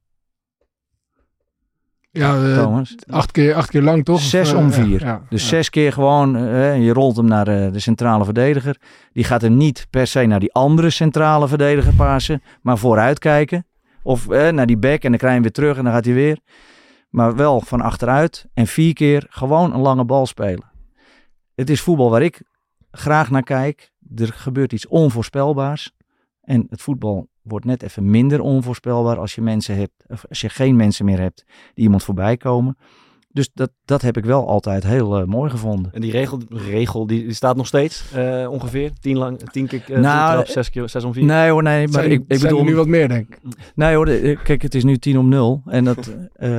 Ja, Thomas. 8 keer lang toch? 6 om 4. Dus 6 keer gewoon, je rolt hem naar de centrale verdediger. Die gaat hem niet per se naar die andere centrale verdediger pasen, maar vooruit kijken. Of naar die back en dan krijg je hem weer terug en dan gaat hij weer. Maar wel van achteruit en 4 keer gewoon een lange bal spelen. Het is voetbal waar ik graag naar kijk. Er gebeurt iets onvoorspelbaars. En het voetbal wordt net even minder onvoorspelbaar als je mensen hebt, of als je geen mensen meer hebt die iemand voorbij komen. Dus dat heb ik wel altijd heel mooi gevonden. En die regel die staat nog steeds ongeveer? 10 keer trap, 6 om 4? Nee hoor, nee. Maar ik bedoel nu wat meer, denk ik. Nee hoor, kijk, het is nu 10 om 0. En dat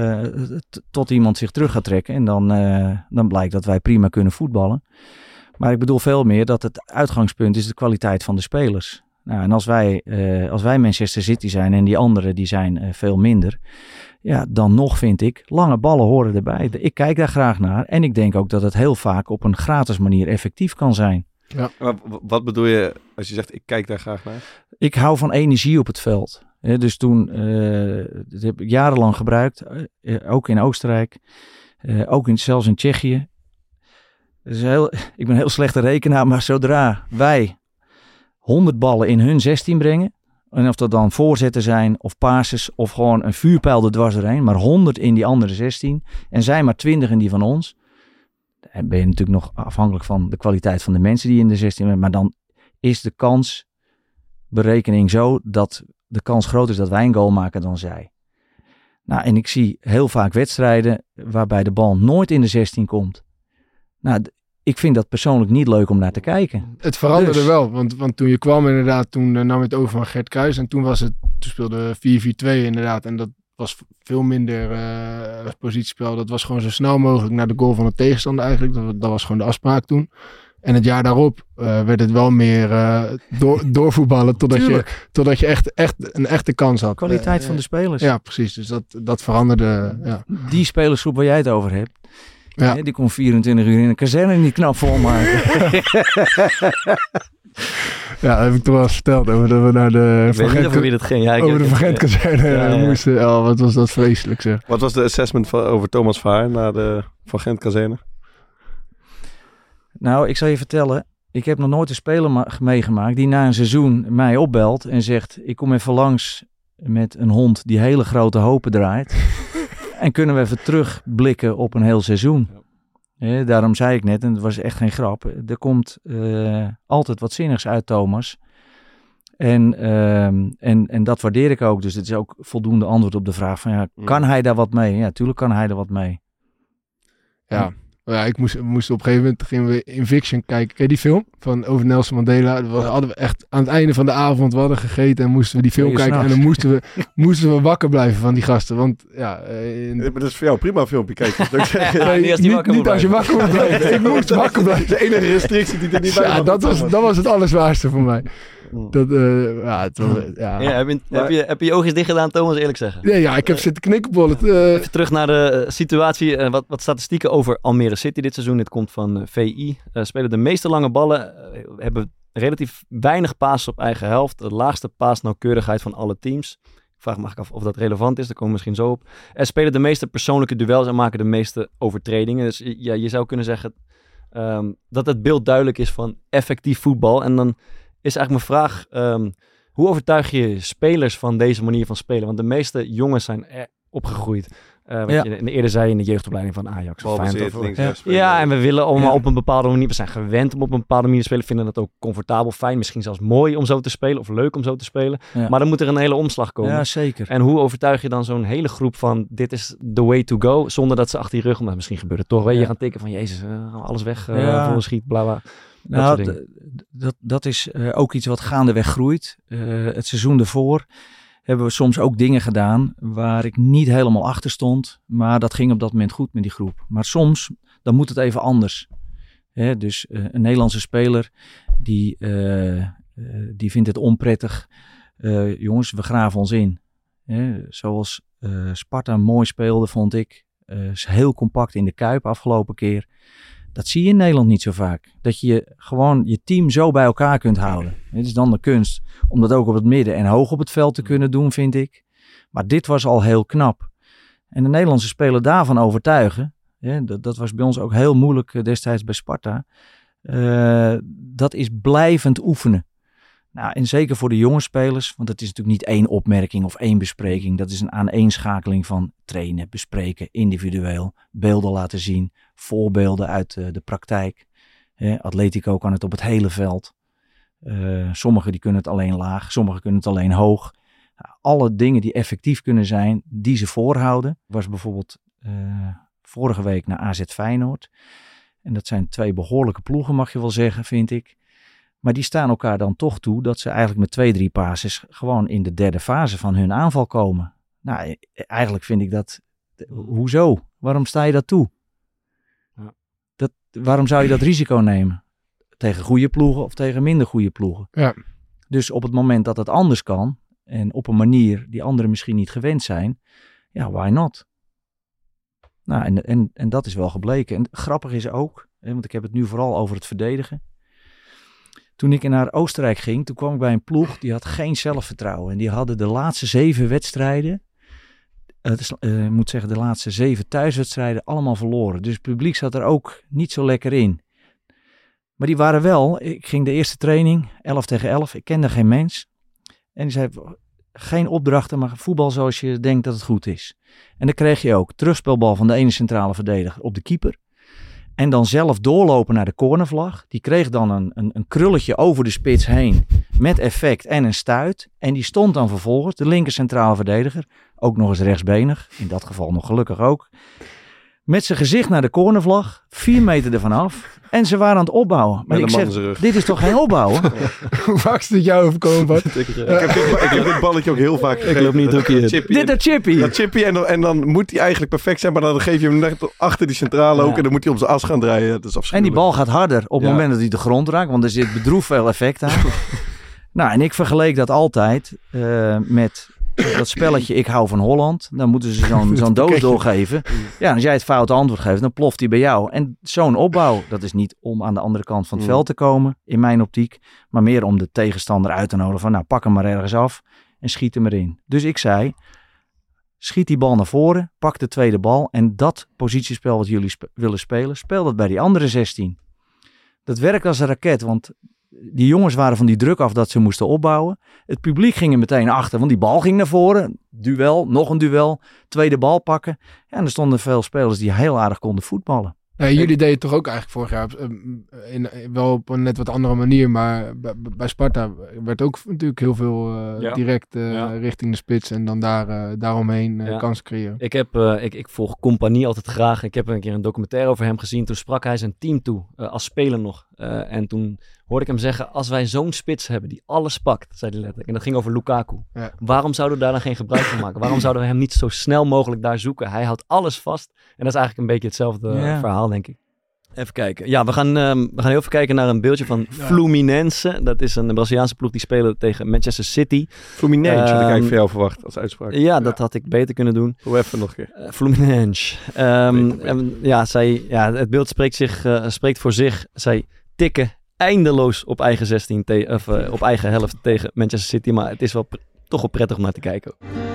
tot iemand zich terug gaat trekken. En dan blijkt dat wij prima kunnen voetballen. Maar ik bedoel veel meer dat het uitgangspunt is de kwaliteit van de spelers. Nou, en als wij Manchester City zijn en die anderen die zijn veel minder. Ja, dan nog vind ik, lange ballen horen erbij. Ik kijk daar graag naar. En ik denk ook dat het heel vaak op een gratis manier effectief kan zijn. Ja. Maar wat bedoel je als je zegt, ik kijk daar graag naar? Ik hou van energie op het veld. Dus toen, dat heb ik jarenlang gebruikt. Ook in Oostenrijk. Zelfs in Tsjechië. Dus ik ben een heel slechte rekenaar. Maar zodra wij 100 ballen in hun 16 brengen. En of dat dan voorzetten zijn of passes of gewoon een vuurpijl er dwars doorheen. Maar 100 in die andere 16. En zij maar 20 in die van ons. Dan ben je natuurlijk nog afhankelijk van de kwaliteit van de mensen die in de 16 zijn. Maar dan is de kansberekening zo dat de kans groter is dat wij een goal maken dan zij. Nou, en ik zie heel vaak wedstrijden waarbij de bal nooit in de 16 komt. Nou, ik vind dat persoonlijk niet leuk om naar te kijken. Het veranderde wel, want toen je kwam inderdaad, toen nam je het over van Gert Kruijs. En toen speelde 4-4-2 inderdaad. En dat was veel minder positiespel. Dat was gewoon zo snel mogelijk naar de goal van de tegenstander eigenlijk. Dat was gewoon de afspraak toen. En het jaar daarop werd het wel meer doorvoetballen totdat je echt een echte kans had. Kwaliteit van de spelers. Ja, precies. Dus dat veranderde. Ja. Die spelersgroep waar jij het over hebt. Ja. Die kon 24 uur in een kazerne niet knap volmaken. Ja, dat heb ik toch wel eens verteld. Over dat we naar de Van Gent-kazerne moesten. Oh, wat was dat vreselijk zeg. Wat was de assessment over Thomas Verhaar naar de Van Gent-kazerne? Nou, ik zal je vertellen. Ik heb nog nooit een speler meegemaakt die na een seizoen mij opbelt en zegt: ik kom even langs met een hond die hele grote hopen draait. En kunnen we even terugblikken op een heel seizoen. Ja, daarom zei ik net, en het was echt geen grap. Er komt altijd wat zinnigs uit Thomas. En dat waardeer ik ook. Dus het is ook voldoende antwoord op de vraag van kan hij daar wat mee? Ja, tuurlijk kan hij er wat mee. Ja. Ja, we moesten op een gegeven moment gingen we Inviction kijken. Ken je die film van over Nelson Mandela? Hadden we echt aan het einde van de avond, we hadden gegeten en moesten we die film kijken. En dan moesten we wakker blijven van die gasten. Want ja, maar dat is voor jou prima filmpje kijken. Niet als je wakker moet blijven. Ik moest wakker blijven. De enige restrictie die er niet bij was. Ja, dat was het allerzwaarste voor mij. Heb je je oogjes dicht gedaan, Thomas, eerlijk zeggen? Nee, ja, ik heb zitten knikkenbollen. Even terug naar de situatie. Wat statistieken over Almere City dit seizoen. Dit komt van VI. Spelen de meeste lange ballen. Hebben relatief weinig passes op eigen helft. De laagste paasnauwkeurigheid van alle teams. Ik vraag me af of dat relevant is. Daar komen we misschien zo op. Spelen de meeste persoonlijke duels en maken de meeste overtredingen. Dus ja, je zou kunnen zeggen dat het beeld duidelijk is van effectief voetbal. En dan is eigenlijk mijn vraag, hoe overtuig je spelers van deze manier van spelen? Want de meeste jongens zijn opgegroeid. Wat je eerder zei in de jeugdopleiding van Ajax. En we willen allemaal op een bepaalde manier. We zijn gewend om op een bepaalde manier te spelen. Vinden het ook comfortabel, fijn. Misschien zelfs mooi om zo te spelen. Of leuk om zo te spelen. Ja. Maar dan moet er een hele omslag komen. Ja, zeker. En hoe overtuig je dan zo'n hele groep van dit is the way to go. Zonder dat ze achter je rug, maar misschien gebeurt het toch. Weet je, gaan tikken van jezus, alles weg. Voor een schiet, bla bla. Nou, dat is ook iets wat gaandeweg groeit. Het seizoen ervoor hebben we soms ook dingen gedaan waar ik niet helemaal achter stond. Maar dat ging op dat moment goed met die groep. Maar soms, dan moet het even anders. Dus een Nederlandse speler die vindt het onprettig. Jongens, we graven ons in. Zoals Sparta mooi speelde, vond ik. Is heel compact in de Kuip afgelopen keer. Dat zie je in Nederland niet zo vaak. Dat je gewoon je team zo bij elkaar kunt houden. Het is dan de kunst om dat ook op het midden en hoog op het veld te kunnen doen, vind ik. Maar dit was al heel knap. En de Nederlandse speler daarvan overtuigen. Dat was bij ons ook heel moeilijk destijds bij Sparta. Dat is blijvend oefenen. Nou, en zeker voor de jonge spelers, want het is natuurlijk niet één opmerking of één bespreking. Dat is een aaneenschakeling van trainen, bespreken, individueel, beelden laten zien, voorbeelden uit de praktijk. Atletico kan het op het hele veld. Sommigen die kunnen het alleen laag, sommigen kunnen het alleen hoog. Alle dingen die effectief kunnen zijn, die ze voorhouden. Ik was bijvoorbeeld vorige week naar AZ Feyenoord. En dat zijn twee behoorlijke ploegen, mag je wel zeggen, vind ik. Maar die staan elkaar dan toch toe dat ze eigenlijk met 2-3 passes gewoon in de derde fase van hun aanval komen. Nou, eigenlijk vind ik dat... Hoezo? Waarom sta je dat toe? Ja. Waarom zou je dat risico nemen? Tegen goede ploegen of tegen minder goede ploegen? Ja. Dus op het moment dat het anders kan en op een manier die anderen misschien niet gewend zijn, ja, why not? Nou, en dat is wel gebleken. En grappig is ook, want ik heb het nu vooral over het verdedigen. Toen ik naar Oostenrijk ging, toen kwam ik bij een ploeg die had geen zelfvertrouwen. En die hadden de laatste 7 wedstrijden, ik moet zeggen de laatste 7 thuiswedstrijden, allemaal verloren. Dus het publiek zat er ook niet zo lekker in. Maar die waren wel, ik ging de eerste training, 11 tegen 11, ik kende geen mens. En die zei, geen opdrachten, maar voetbal zoals je denkt dat het goed is. En dan kreeg je ook terugspelbal van de ene centrale verdediger op de keeper. En dan zelf doorlopen naar de cornervlag. Die kreeg dan een krulletje over de spits heen met effect en een stuit. En die stond dan vervolgens, de linker centrale verdediger, ook nog eens rechtsbenig. In dat geval nog gelukkig ook. met zijn gezicht naar de cornervlag, 4 meter ervan af. En ze waren aan het opbouwen. Maar Met ik een man zeg, in zijn rug. dit is toch geen opbouwen? Hoe vaak is dit jou overkomen, Bart? Ik heb dit balletje ook heel vaak gegeven. Ik loop niet druk hier. Chippy. Dit dat Chippy. Dat Chippy en dan moet hij eigenlijk perfect zijn, maar dan geef je hem net achter die centrale ook en dan moet hij om zijn as gaan draaien. Dat is En die afschuwelijk. bal gaat harder op het Ja. moment dat hij de grond raakt, want er zit bedroefd veel effect aan. Nou, en ik vergeleek dat altijd met dat spelletje Ik hou van Holland. Dan moeten ze zo'n doos doorgeven. Ja, en als jij het foute antwoord geeft, dan ploft die bij jou. En zo'n opbouw, dat is niet om aan de andere kant van het veld te komen, in mijn optiek, maar meer om de tegenstander uit te nodigen van, nou, pak hem maar ergens af en schiet hem erin. Dus ik zei, schiet die bal naar voren, pak de tweede bal en dat positiespel wat jullie willen spelen, speel dat bij die andere 16. Dat werkt als een raket, want die jongens waren van die druk af dat ze moesten opbouwen. Het publiek ging er meteen achter, want die bal ging naar voren. Duel, nog een duel, tweede bal pakken. Ja, en er stonden veel spelers die heel aardig konden voetballen. Nee, jullie deden het toch ook eigenlijk vorig jaar wel op een net wat andere manier, maar bij Sparta werd ook natuurlijk heel veel direct richting de spits en dan daaromheen kansen creëren. Ik volg Compagnie altijd graag. Ik heb een keer een documentaire over hem gezien. Toen sprak hij zijn team toe, als speler nog. En toen hoorde ik hem zeggen, als wij zo'n spits hebben die alles pakt, zei hij letterlijk. En dat ging over Lukaku. Ja. Waarom zouden we daar dan geen gebruik van maken? Waarom zouden we hem niet zo snel mogelijk daar zoeken? Hij houdt alles vast. En dat is eigenlijk een beetje hetzelfde verhaal, denk ik. Even kijken. Ja, we gaan heel even kijken naar een beeldje van Fluminense. Dat is een Braziliaanse ploeg die spelen tegen Manchester City. Fluminense had ik eigenlijk van jou verwacht als uitspraak. Ja, dat had ik beter kunnen doen. Hoe even nog een keer. Fluminense. Het beeld spreekt voor zich. Zij tikken eindeloos op eigen 16 op eigen helft tegen Manchester City. Maar het is wel toch wel prettig om naar te kijken.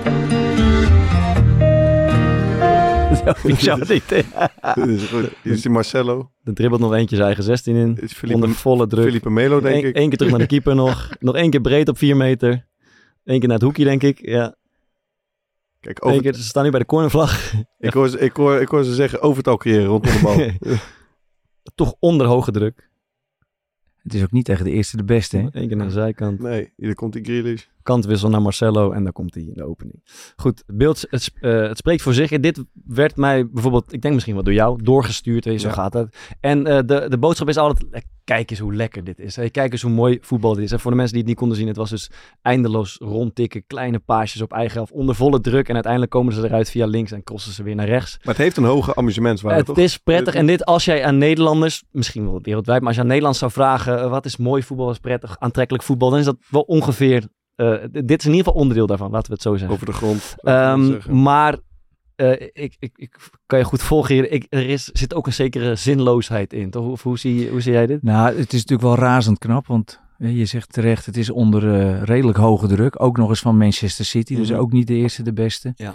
Ik zou het niet. Dit is goed. Hier is die Marcelo. Er dribbelt nog eentje zijn eigen 16 in. Onder volle druk. Felipe Melo, denk ik. Eén keer terug naar de keeper nog. Nog 1 keer breed op 4 meter. 1 keer naar het hoekje, denk ik. Ja. Kijk, ze staan nu bij de cornervlag. Ik hoor ze zeggen overtal creëren rondom de bal. Toch onder hoge druk. Het is ook niet tegen de eerste de beste, hè? 1 keer naar de zijkant. Nee, hier komt die Grealish. Kantwissel naar Marcelo en dan komt hij in de opening. Goed, het beeld, het spreekt voor zich. En dit werd mij bijvoorbeeld, ik denk misschien wel door jou, doorgestuurd. Zo gaat het. En de boodschap is altijd, kijk eens hoe lekker dit is. Kijk eens hoe mooi voetbal dit is. En voor de mensen die het niet konden zien, het was dus eindeloos rondtikken, kleine paasjes op eigen helft, onder volle druk. En uiteindelijk komen ze eruit via links en crossen ze weer naar rechts. Maar het heeft een hoge amusementswaarde, toch? Het is prettig. En dit, als jij aan Nederlanders, misschien wel wereldwijd, maar als je aan Nederlanders zou vragen, wat is mooi voetbal, wat is prettig, aantrekkelijk voetbal, dan is dat wel ongeveer... dit is in ieder geval onderdeel daarvan, laten we het zo zeggen. Over de grond. Maar ik kan je goed volgen hier. Er zit ook een zekere zinloosheid in, toch? Of hoe zie jij dit? Nou, het is natuurlijk wel razend knap, want je zegt terecht, het is onder redelijk hoge druk. Ook nog eens van Manchester City, dus ook niet de eerste de beste. Ja.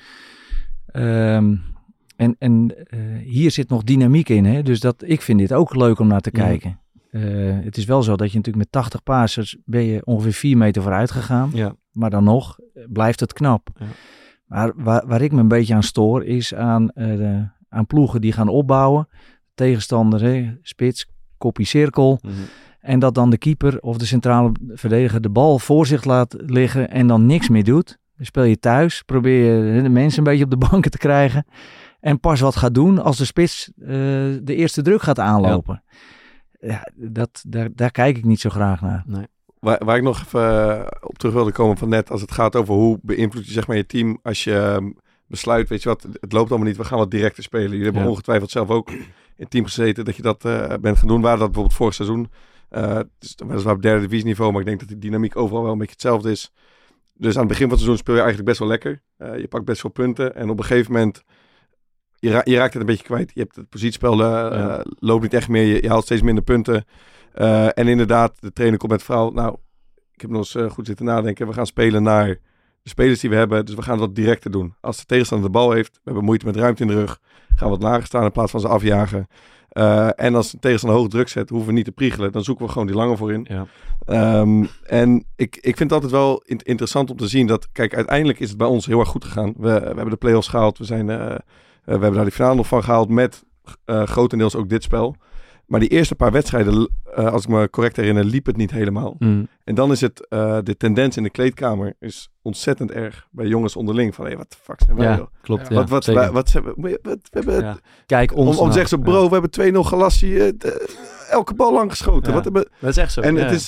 Hier zit nog dynamiek in, hè? Dus ik vind dit ook leuk om naar te kijken. Het is wel zo dat je natuurlijk met 80 passers ben je ongeveer 4 meter vooruit gegaan. Ja. Maar dan nog blijft het knap. Ja. Maar waar ik me een beetje aan stoor is aan ploegen die gaan opbouwen. Tegenstander, spits, kopie cirkel. Mm-hmm. En dat dan de keeper of de centrale verdediger de bal voor zich laat liggen en dan niks meer doet. Dan speel je thuis, probeer je de mensen een beetje op de banken te krijgen. En pas wat gaat doen als de spits de eerste druk gaat aanlopen. Ja, daar kijk ik niet zo graag naar. Nee. Waar ik nog even op terug wilde komen van net, als het gaat over hoe beïnvloed je zeg maar je team als je besluit, weet je wat, het loopt allemaal niet, we gaan wat directer spelen. Jullie hebben ongetwijfeld zelf ook in het team gezeten dat je dat bent gaan doen. Waar dat bijvoorbeeld vorig seizoen, dus weliswaar op 3e divisieniveau, maar ik denk dat de dynamiek overal wel een beetje hetzelfde is. Dus aan het begin van het seizoen speel je eigenlijk best wel lekker. Je pakt best veel punten en op een gegeven moment je raakt het een beetje kwijt. Je hebt het positiespel loopt niet echt meer. Je haalt steeds minder punten. En inderdaad, de trainer komt met het verhaal. Nou, ik heb nog eens goed zitten nadenken. We gaan spelen naar de spelers die we hebben. Dus we gaan dat directer doen. Als de tegenstander de bal heeft, we hebben moeite met ruimte in de rug, gaan we wat lager staan in plaats van ze afjagen. En als de tegenstander hoog druk zet, hoeven we niet te priegelen. Dan zoeken we gewoon die lange voorin. Ja. En ik vind het altijd wel interessant om te zien dat, kijk, uiteindelijk is het bij ons heel erg goed gegaan. We hebben de play-offs gehaald. We hebben daar die finale nog van gehaald met grotendeels ook dit spel. Maar die eerste paar wedstrijden, als ik me correct herinner, liep het niet helemaal. En dan is het, de tendens in de kleedkamer is ontzettend erg bij jongens onderling. Van, wat de fuck zijn wij, joh? Klopt. Ja. Wat we hebben... Ja. Kijk ons Om te zeggen, zo, bro, we hebben 2-0 Galassie, elke bal lang geschoten. Ja. Wat hebben... Dat is echt zo. En ja. het is...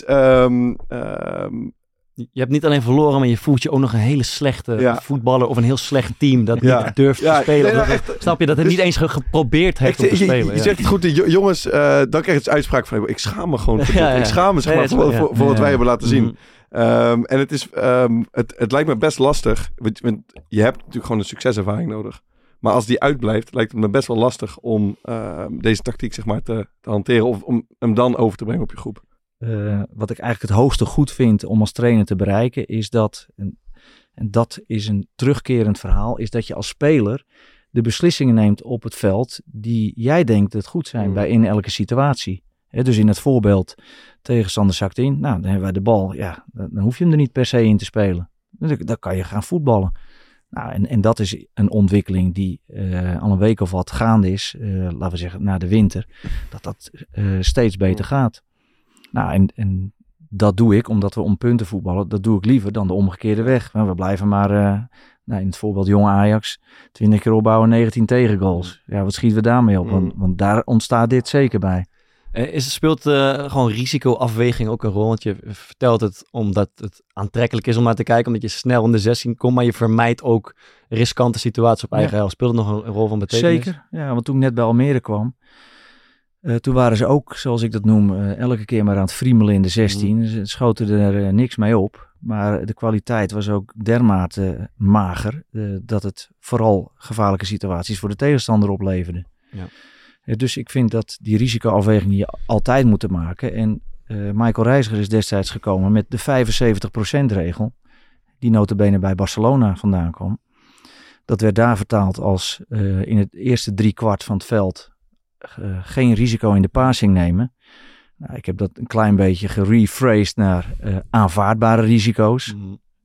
Je hebt niet alleen verloren, maar je voelt je ook nog een hele slechte voetballer of een heel slecht team dat niet durft te spelen. Nee, nou, echt, snap je? Dat het niet eens geprobeerd heeft om te spelen. Je zegt het goed, de jongens, dan krijg je het uitspraak van, ik schaam me gewoon. Ik schaam me voor wat wij hebben laten zien. En het is, het lijkt me best lastig, want je hebt natuurlijk gewoon een succeservaring nodig. Maar als die uitblijft, lijkt het me best wel lastig om deze tactiek zeg maar te hanteren of om hem dan over te brengen op je groep. Wat ik eigenlijk het hoogste goed vind om als trainer te bereiken, is dat, en dat is een terugkerend verhaal, is dat je als speler de beslissingen neemt op het veld die jij denkt dat goed zijn in elke situatie. Dus in het voorbeeld, tegenstander zakt in, nou dan hebben wij de bal, dan hoef je hem er niet per se in te spelen. Dan kan je gaan voetballen. Nou, en dat is een ontwikkeling die al een week of wat gaande is, laten we zeggen na de winter, dat steeds beter gaat. Nou, en dat doe ik omdat we om punten voetballen. Dat doe ik liever dan de omgekeerde weg. We blijven maar, in het voorbeeld jonge Ajax, 20 keer opbouwen, 19 tegengoals. Ja, wat schieten we daarmee op? Want daar ontstaat dit zeker bij. Speelt gewoon risicoafweging ook een rol? Want je vertelt het omdat het aantrekkelijk is om naar te kijken, omdat je snel in de 16 komt, maar je vermijdt ook riskante situaties op eigen helft. Speelt het nog een rol van betekenis? Zeker, ja, want toen ik net bij Almere kwam, toen waren ze ook, zoals ik dat noem, elke keer maar aan het friemelen in de 16. Ze schoten er niks mee op. Maar de kwaliteit was ook dermate mager dat het vooral gevaarlijke situaties voor de tegenstander opleverde. Ja. Dus ik vind dat die risicoafweging je altijd moet maken. En Michael Reiziger is destijds gekomen met de 75% regel. Die nota bene bij Barcelona vandaan kwam. Dat werd daar vertaald als in het eerste 3/4 van het veld geen risico in de passing nemen. Nou, ik heb dat een klein beetje gerephrased naar aanvaardbare risico's.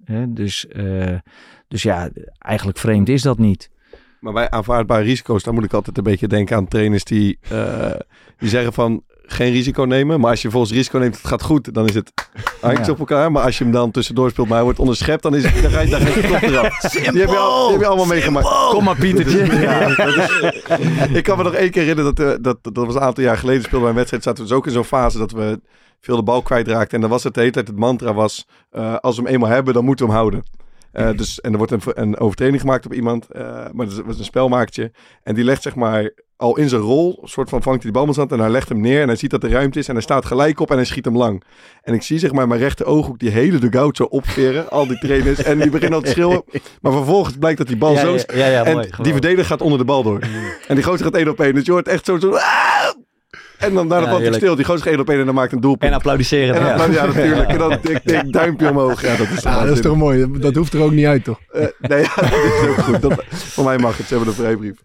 Dus ja, eigenlijk vreemd is dat niet. Maar bij aanvaardbare risico's, dan moet ik altijd een beetje denken aan trainers die zeggen van geen risico nemen. Maar als je volgens risico neemt, het gaat goed, dan is het handjes op elkaar. Maar als je hem dan tussendoor speelt, maar hij wordt onderschept, dan ga je klop eraf. Die heb je allemaal meegemaakt. Kom maar, Pietertje. Ik kan me nog één keer herinneren, dat was een aantal jaar geleden, speelde bij een wedstrijd, zaten we dus ook in zo'n fase dat we veel de bal kwijtraakten. En dan was het de hele tijd, het mantra was, als we hem eenmaal hebben, dan moeten we hem houden. En er wordt een overtreding gemaakt op iemand, maar dat was een spelmakertje. En die legt zeg maar al in zijn rol, soort van vangt hij die bal en hij legt hem neer en hij ziet dat er ruimte is en hij staat gelijk op en hij schiet hem lang. En ik zie zeg maar mijn rechter ooghoek die hele dugout zo opveren, al die trainers, en die beginnen al te schreeuwen. Maar vervolgens blijkt dat die bal zo is. En mooi, die verdediger gaat onder de bal door. En die gozer gaat 1 op 1, dus je hoort echt zo en dan daarna valt hij stil. Die gozer gaat 1 op 1 en dan maakt een doelpunt. En applaudisseren. Ja, natuurlijk. En dan ik duimpje omhoog. Ja, dat is toch mooi. Dat hoeft er ook niet uit, toch? Nee, dat is ook goed. Voor mij mag het. Ze hebben een vrijbrief.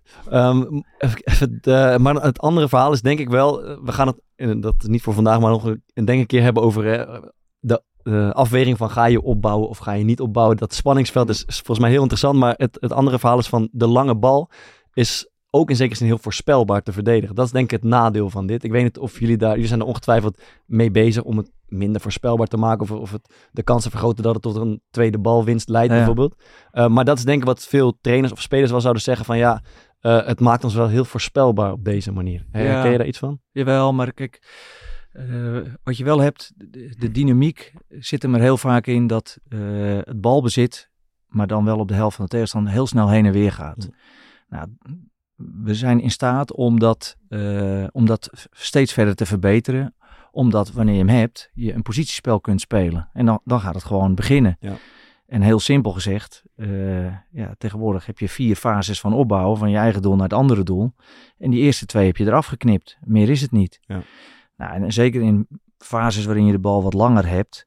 Maar het andere verhaal is denk ik wel, we gaan het, dat is niet voor vandaag, maar nog denk ik een keer hebben over de afweging van ga je opbouwen of ga je niet opbouwen. Dat spanningsveld is volgens mij heel interessant, maar het andere verhaal is van de lange bal is ook in zekere zin heel voorspelbaar te verdedigen. Dat is denk ik het nadeel van dit. Ik weet niet of jullie zijn er ongetwijfeld mee bezig om het minder voorspelbaar te maken of de kansen vergroten dat het tot een tweede balwinst leidt bijvoorbeeld. Maar dat is denk ik wat veel trainers of spelers wel zouden zeggen van het maakt ons wel heel voorspelbaar op deze manier. Ken je daar iets van? Jawel, maar kijk, wat je wel hebt, de dynamiek zit er heel vaak in dat het balbezit, maar dan wel op de helft van de tegenstander, heel snel heen en weer gaat. Nou, we zijn in staat om dat steeds verder te verbeteren. Omdat wanneer je hem hebt, je een positiespel kunt spelen. En dan gaat het gewoon beginnen. Ja. En heel simpel gezegd, tegenwoordig heb je 4 fases van opbouwen. Van je eigen doel naar het andere doel. En die eerste 2 heb je eraf geknipt. Meer is het niet. Ja. Nou, en zeker in fases waarin je de bal wat langer hebt.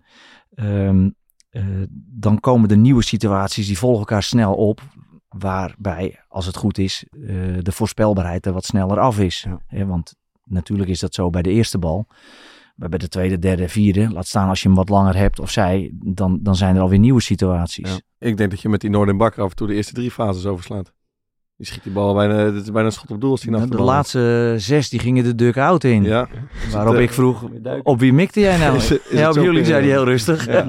Dan komen de nieuwe situaties, die volgen elkaar snel op. Waarbij, als het goed is, de voorspelbaarheid er wat sneller af is. Ja. Want natuurlijk is dat zo bij de eerste bal. Maar bij de tweede, derde, vierde, laat staan als je hem wat langer hebt of zij, dan zijn er alweer nieuwe situaties. Ja. Ik denk dat je met die Noorden Bakker af en toe de eerste 3 fases overslaat. Die schiet die bal bijna, het is bijna een schot op doel als die naar De laatste 6 die gingen de dugout in. Ja. Waarop ik vroeg, op wie mikte jij nou? Is het op zo jullie, ver, zei hij ja. heel rustig. Ja.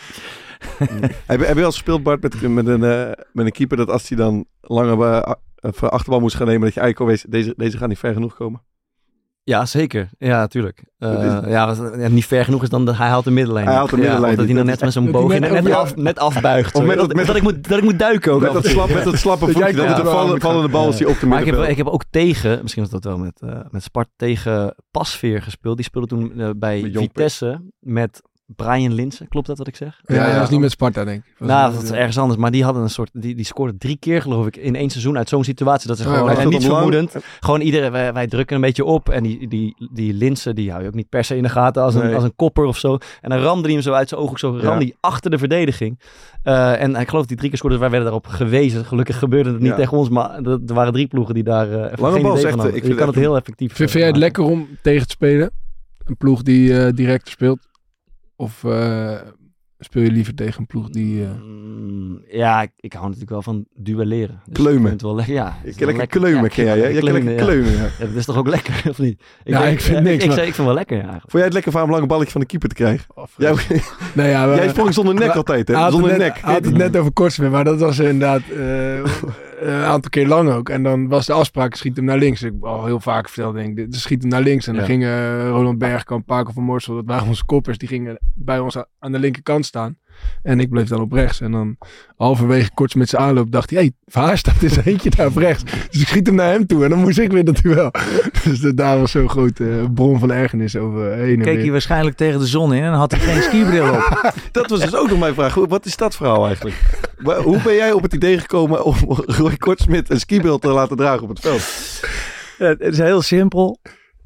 Heb je al gespeeld, Bart, met een keeper dat als hij dan langer achterbal moest gaan nemen, dat je eigenlijk al weet, deze gaat niet ver genoeg komen? Ja, zeker. Ja, natuurlijk. Niet ver genoeg is dan hij haalt de middenlijn. Hij haalt de middenlijn. Of dat hij dan net met zo'n boog net afbuigt. Of dat ik moet duiken ook. Met dat slappe voetje, dat het een vallende bal is die op de middenveld. Maar ik heb ook tegen, misschien was dat wel met Sparta, tegen Pasveer gespeeld. Die speelde toen bij Vitesse met Brian Linssen. Klopt dat wat ik zeg? Ja, dat was niet met Sparta, denk ik. Dat is ergens anders. Maar die hadden een soort, die scoorden 3 keer geloof ik in 1 seizoen uit zo'n situatie. Dat ze gewoon niet vermoedend. Gewoon wij drukken een beetje op. En die Linssen, die hou je ook niet per se in de gaten als een kopper of zo. En dan ramde hij hem zo uit zijn oog. Zo ramde hij achter de verdediging. En ik geloof die 3 keer scoorde. Wij werden daarop gewezen. Gelukkig gebeurde het niet tegen ons. Maar er waren 3 ploegen die daar lange bal zegt. Je kan het heel effectief. Vind jij het lekker om tegen te spelen? Een ploeg die direct speelt? Of speel je liever tegen een ploeg die... Ja, ik hou natuurlijk wel van duelleren. Dus kleumen. Het wel lekker, lekker kleumen, ken jij? Jij kan lekker kleumen, ja. Dat is toch ook lekker, of niet? Ik vind niks. Ik vind wel lekker, ja. Vond jij het lekker van een lang balletje van de keeper te krijgen? Jij sprong zonder nek altijd, hè? Zonder nek. Hij had het net over Kortsmit, maar dat was inderdaad een aantal keer lang ook. En dan was de afspraak, schiet hem naar links. Ik heb al heel vaak verteld, denk ik. Dus schiet hem naar links. En dan gingen Roland Bergkamp, Paco van Morsel, dat waren onze koppers, die gingen bij ons aan de linkerkant staan. En ik bleef dan op rechts. En dan halverwege Kortsmit zijn aanloop dacht hij, Verhaar staat eens eentje daar op rechts. Dus ik schiet hem naar hem toe en dan moest ik weer dat duel. Dus daar was zo'n grote bron van ergernis over heen en weer. Keek hij waarschijnlijk tegen de zon in en had hij geen skibril op. Dat was dus ook nog mijn vraag. Wat is dat verhaal eigenlijk? Hoe ben jij op het idee gekomen om Roy Kortsmit een skibril te laten dragen op het veld? Het is heel simpel.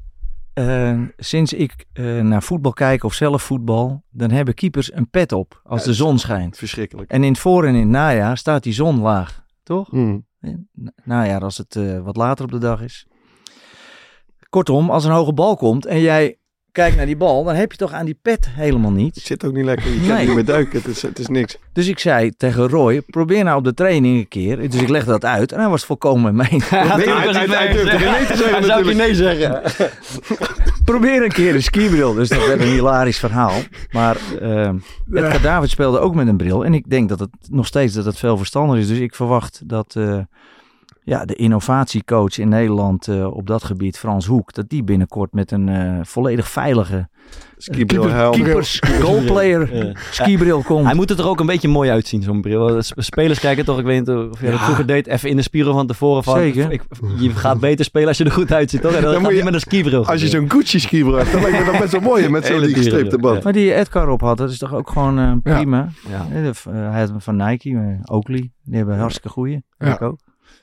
Sinds ik naar voetbal kijk of zelf voetbal, dan hebben keepers een pet op als de zon schijnt. Verschrikkelijk. En in het voor- en in het najaar staat die zon laag, toch? Mm. Najaar als het wat later op de dag is. Kortom, als een hoge bal komt en jij kijkt naar die bal, dan heb je toch aan die pet helemaal Het niets. zit ook niet lekker. Je kan niet meer duiken. Het is niks. Dus ik zei tegen Roy, probeer nou op de training een keer. Dus ik legde dat uit en hij was volkomen met mij. Hij zou je nee zeggen. Probeer een keer een skibril. Dus dat werd een hilarisch verhaal. Maar Edgar David speelde ook met een bril. En ik denk dat het nog steeds veel verstandiger is. Dus ik verwacht dat de innovatiecoach in Nederland op dat gebied, Frans Hoek, dat die binnenkort met een volledig veilige keepers, goalplayer skibril komt. Hij moet er ook een beetje mooi uitzien, zo'n bril. Spelers kijken toch, ik weet niet of jij dat vroeger deed, even in de spiegel van tevoren van, je gaat beter spelen als je er goed uitziet, toch? En dan gaat hij met een skibril. Als je zo'n Gucci skibril hebt, dan lijkt me dat best wel mooi met zo'n die gestreepte band. Maar die Edgar op had, dat is toch ook gewoon prima. Ja. Hij had van Nike, Oakley, die hebben hartstikke goeie. Ja. Ik ook.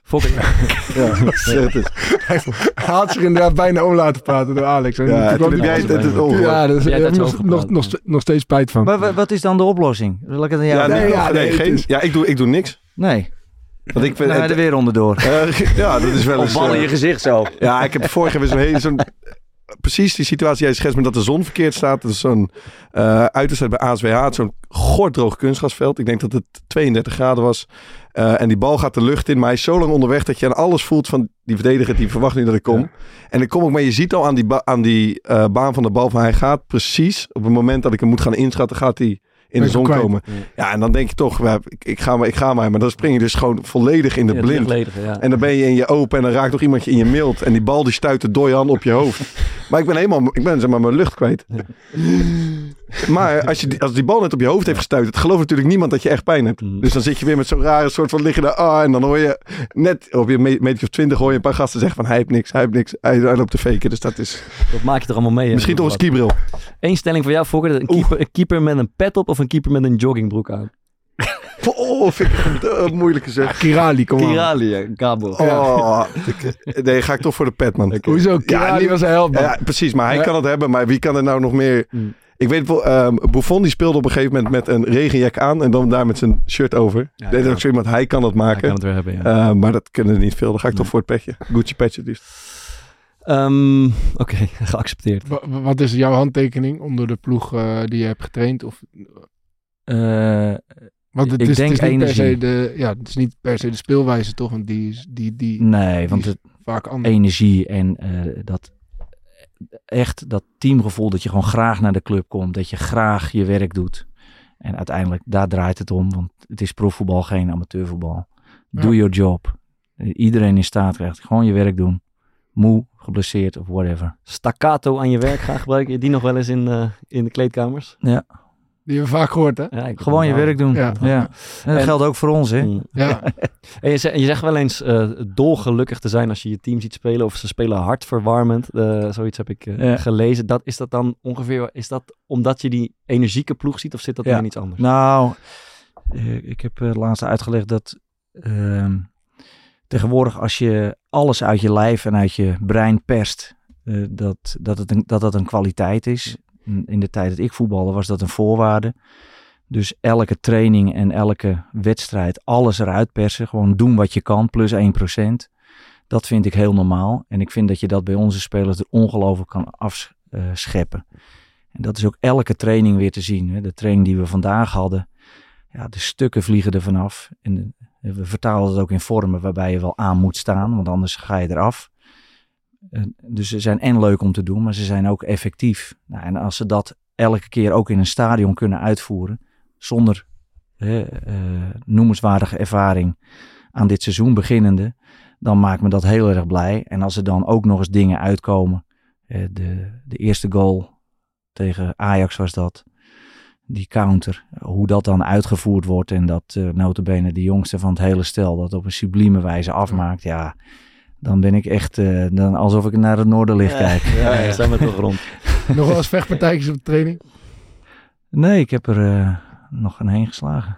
Hij had zich inderdaad bijna om laten praten door Alex. Ja, toen heb jij het ongelooflijk. Daar heb ik nog steeds spijt van. Maar wat is dan de oplossing? Zal ik het aan jou ik doe niks. Nee. Want ik vind er weer onderdoor. Dat is wel eens... Of bal in je gezicht zo. Ja, ik heb vorige keer zo'n precies die situatie jij schetst met dat de zon verkeerd staat. Dat is zo'n uitwedstrijd bij ASWH. Het is zo'n gorddroog kunstgrasveld. Ik denk dat het 32 graden was. En die bal gaat de lucht in. Maar hij is zo lang onderweg dat je aan alles voelt van die verdediger. Die verwacht niet dat ik kom. Ja. En ik kom ook, maar je ziet al aan die baan van de bal van hij gaat precies op het moment dat ik hem moet gaan inschatten, gaat hij in de zon komen. Ja, en dan denk je toch, ik ga maar. Maar dan spring je dus gewoon volledig in de blind. En dan ben je in je open en dan raakt toch iemand je in je mild. En die bal die stuit de doyan op je hoofd. Maar ik ben zeg maar mijn lucht kwijt. Maar als die bal net op je hoofd heeft gestuit, het gelooft natuurlijk niemand dat je echt pijn hebt. Dus dan zit je weer met zo'n rare soort van liggende en dan hoor je net op je meter of 20 hoor je een paar gasten zeggen van hij heeft niks. Hij loopt te faken. Dus dat maak je toch allemaal mee. Misschien toch een skibril. Eén stelling voor jou, Fokker. Een keeper met een pet op of een keeper met een joggingbroek aan? Vind ik een moeilijke zeg. Kirali, kom maar. Kirali, Gabo. Nee, ga ik toch voor de pet, man. Hoezo? Kirali was een held, man. Ja, precies, maar hij kan het hebben. Maar wie kan er nou nog meer... Ik weet wel, Buffon die speelde op een gegeven moment met een regenjack aan en dan daar met zijn shirt over. Ik denk ook zo iemand, hij kan dat maken. Hij kan het weer hebben, ja. Maar dat kunnen er niet veel. Dan ga ik toch voor het petje. Gucci petje liefst. Oké, geaccepteerd. Wat is jouw handtekening onder de ploeg die je hebt getraind? Of... Want het Ik is, denk het is niet per se energie. het is niet per se de speelwijze, toch? Want die Nee, want is het vaak anders. energie en dat teamgevoel, dat je gewoon graag naar de club komt, dat je graag je werk doet. En uiteindelijk, daar draait het om, want het is profvoetbal, geen amateurvoetbal. Ja. Do your job. Iedereen in staat krijgt gewoon je werk doen. Moe, geblesseerd of whatever. Staccato aan je werk gaan gebruiken. Je die nog wel eens in de kleedkamers? Ja, Die hebben we vaak gehoord, hè? Ja, ik gewoon je werk doen. Ja. Ja. En dat geldt ook voor ons, hè? Mm. Ja. En je zegt wel eens dolgelukkig te zijn als je je team ziet spelen. Of ze spelen hartverwarmend. Zoiets heb ik gelezen. Is dat dan ongeveer... Is dat omdat je die energieke ploeg ziet? Of zit dat Ja. in iets anders? Nou, ik heb laatst uitgelegd dat tegenwoordig als je alles uit je lijf en uit je brein perst, dat een kwaliteit is. In de tijd dat ik voetbalde was dat een voorwaarde. Dus elke training en elke wedstrijd, alles eruit persen. Gewoon doen wat je kan, plus 1%. Dat vind ik heel normaal. En ik vind dat je dat bij onze spelers er ongelooflijk kan afscheppen. En dat is ook elke training weer te zien. Hè. De training die we vandaag hadden. Ja, de stukken vliegen er vanaf. En we vertalen het ook in vormen waarbij je wel aan moet staan. Want anders ga je eraf. Dus ze zijn en leuk om te doen, maar ze zijn ook effectief. Nou, en als ze dat elke keer ook in een stadion kunnen uitvoeren, zonder noemenswaardige ervaring aan dit seizoen beginnende, dan maakt me dat heel erg blij. En als er dan ook nog eens dingen uitkomen, de eerste goal tegen Ajax was dat, die counter, hoe dat dan uitgevoerd wordt en dat nota bene de jongste van het hele stel dat op een sublieme wijze afmaakt, ja, dan ben ik echt dan alsof ik naar het noorderlicht kijk. Ja, zijn we toch rond. Nog wel eens vechtpartijtjes op de training? Nee, ik heb er nog geen heen geslagen.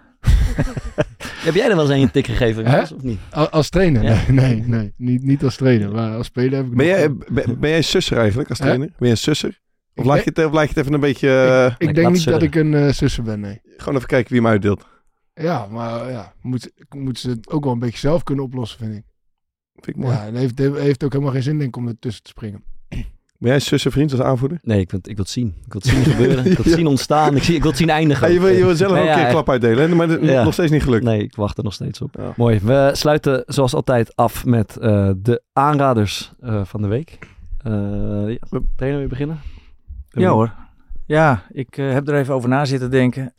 Heb jij er wel eens een tik gegeven, Hè? of niet? Als trainer? Ja. Nee. Niet als trainer. Maar als speler heb ik Ben jij een susser eigenlijk als Hè? trainer? Ben je een susser? Of Ik laat je het even een beetje... ik ik denk laat niet ze dat er. ik een susser ben, nee. gewoon even kijken wie hem uitdeelt. Ja, maar ja, moet ze het ook wel een beetje zelf kunnen oplossen, vind ik. Vind ik mooi. Ja, en heeft ook helemaal geen zin, denk ik, om er tussen te springen. Ben jij een sussenvriend als aanvoerder? Nee, ik wil het zien. Ik wil het zien gebeuren. Ik wil het zien ontstaan. Ik wil het zien eindigen. Ja, je wil zelf ook een keer een klap uitdelen, hè? Maar dat is Ja. nog steeds niet gelukt. Nee, ik wacht er nog steeds op. Ja. Mooi. We sluiten zoals altijd af met de aanraders van de week. Trainer, weer beginnen? Ja hoor. Ja, ik heb er even over na zitten denken.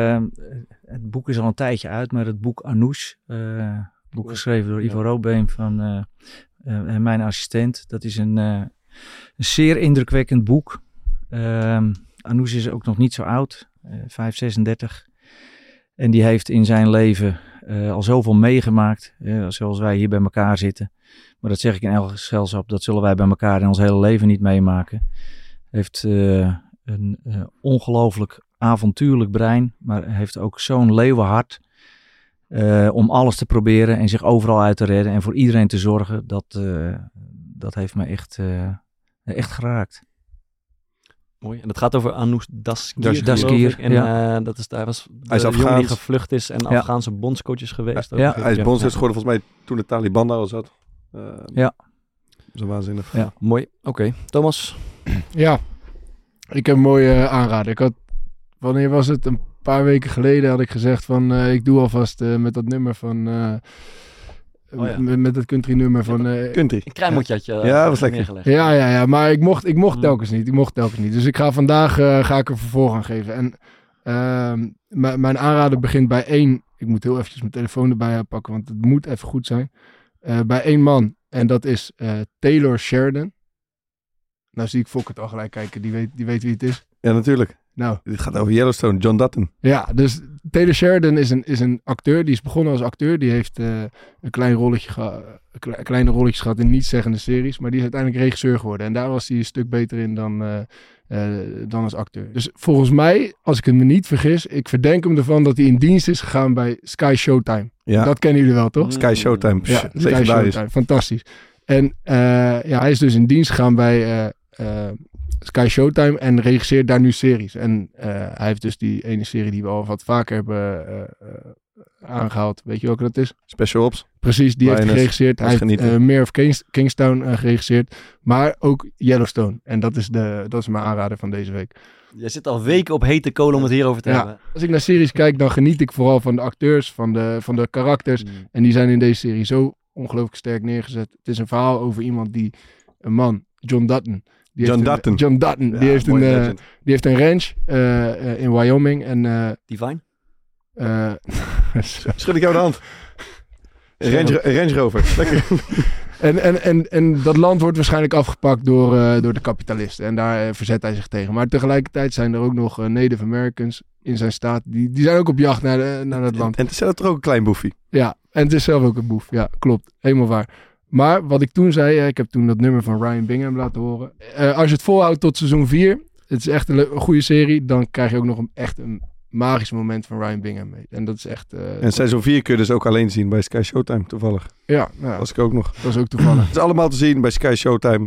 Het boek is al een tijdje uit, maar het boek Anoush, boek geschreven door Ivo Roodbeen van mijn assistent. Dat is een zeer indrukwekkend boek. Anoush is ook nog niet zo oud, 36. En die heeft in zijn leven al zoveel meegemaakt, zoals wij hier bij elkaar zitten. Maar dat zeg ik in elk gezelschap, dat zullen wij bij elkaar in ons hele leven niet meemaken. Heeft een ongelooflijk avontuurlijk brein, maar heeft ook zo'n leeuwenhart om alles te proberen en zich overal uit te redden en voor iedereen te zorgen. Dat heeft me echt geraakt. Mooi. En het gaat over Anoush Daskir. Daskir, En ja. dat is hij was Hij is de jongen die Afghaans. gevlucht is en Ja. Afghaanse bondscoach is geweest. Ja. ook. Hij is bondscoach geworden volgens mij toen de Taliban daar al zat. Ja. Zo waanzinnig. Ja. Mooi. Oké. Thomas? Ja, ik heb een mooie aanrader. Wanneer was het? Een paar weken geleden had ik gezegd van ik doe alvast met dat nummer van ja. met dat country nummer van Country. Een kruimeltje had je Ja, was lekker. neergelegd. ja, maar ik mocht telkens niet. Dus ik ga vandaag ga ik een vervolg aan geven. En mijn aanrader begint bij één. Ik moet heel eventjes mijn telefoon erbij pakken, want het moet even goed zijn. Bij één man. En dat is Taylor Sheridan. Nou zie ik Fokker al gelijk kijken. Die weet wie het is. Ja, natuurlijk. Nou, Dit gaat over Yellowstone, John Dutton. ja, dus Taylor Sheridan is een acteur. Die is begonnen als acteur. Die heeft een kleine rolletjes gehad in nietszeggende series. Maar die is uiteindelijk regisseur geworden. En daar was hij een stuk beter in dan als acteur. Dus volgens mij, als ik het me niet vergis, ik verdenk hem ervan dat hij in dienst is gegaan bij Sky Showtime. Ja, Dat kennen jullie wel, toch? Sky Showtime. Ja, Pff, Sky legendarisch. Showtime. Fantastisch. En hij is dus in dienst gegaan bij Sky Showtime en regisseert daar nu series. En hij heeft dus die ene serie die we al wat vaker hebben aangehaald. Weet je welke dat is? Special Ops. Precies, die heeft geregisseerd. Hij heeft Mayor of Kingstown geregisseerd. Maar ook Yellowstone. En dat is mijn aanrader van deze week. Je zit al weken op hete kolen om het hierover te hebben. Als ik naar series kijk, dan geniet ik vooral van de acteurs, van de karakters. En die zijn in deze serie zo ongelooflijk sterk neergezet. Het is een verhaal over iemand een man, John Dutton. John Dutton. Die heeft een ranch in Wyoming. En, Divine? Schud ik jou de hand. Range Rover. Lekker. En dat land wordt waarschijnlijk afgepakt door de kapitalisten. En daar verzet hij zich tegen. Maar tegelijkertijd zijn er ook nog Native Americans in zijn staat. Die zijn ook op jacht naar dat land. En het is zelf toch ook een klein boefie. Ja, en het is zelf ook een boef. Ja, klopt. Helemaal waar. Maar wat ik toen zei, ik heb toen dat nummer van Ryan Bingham laten horen. Als je het volhoudt tot seizoen 4, het is echt een goede serie, dan krijg je ook nog echt een magisch moment van Ryan Bingham mee. En dat is echt... en seizoen 4 kun je dus ook alleen zien bij Sky Showtime, toevallig. Ja. Dat was ik ook nog. Dat is ook toevallig. Het is allemaal te zien bij Sky Showtime.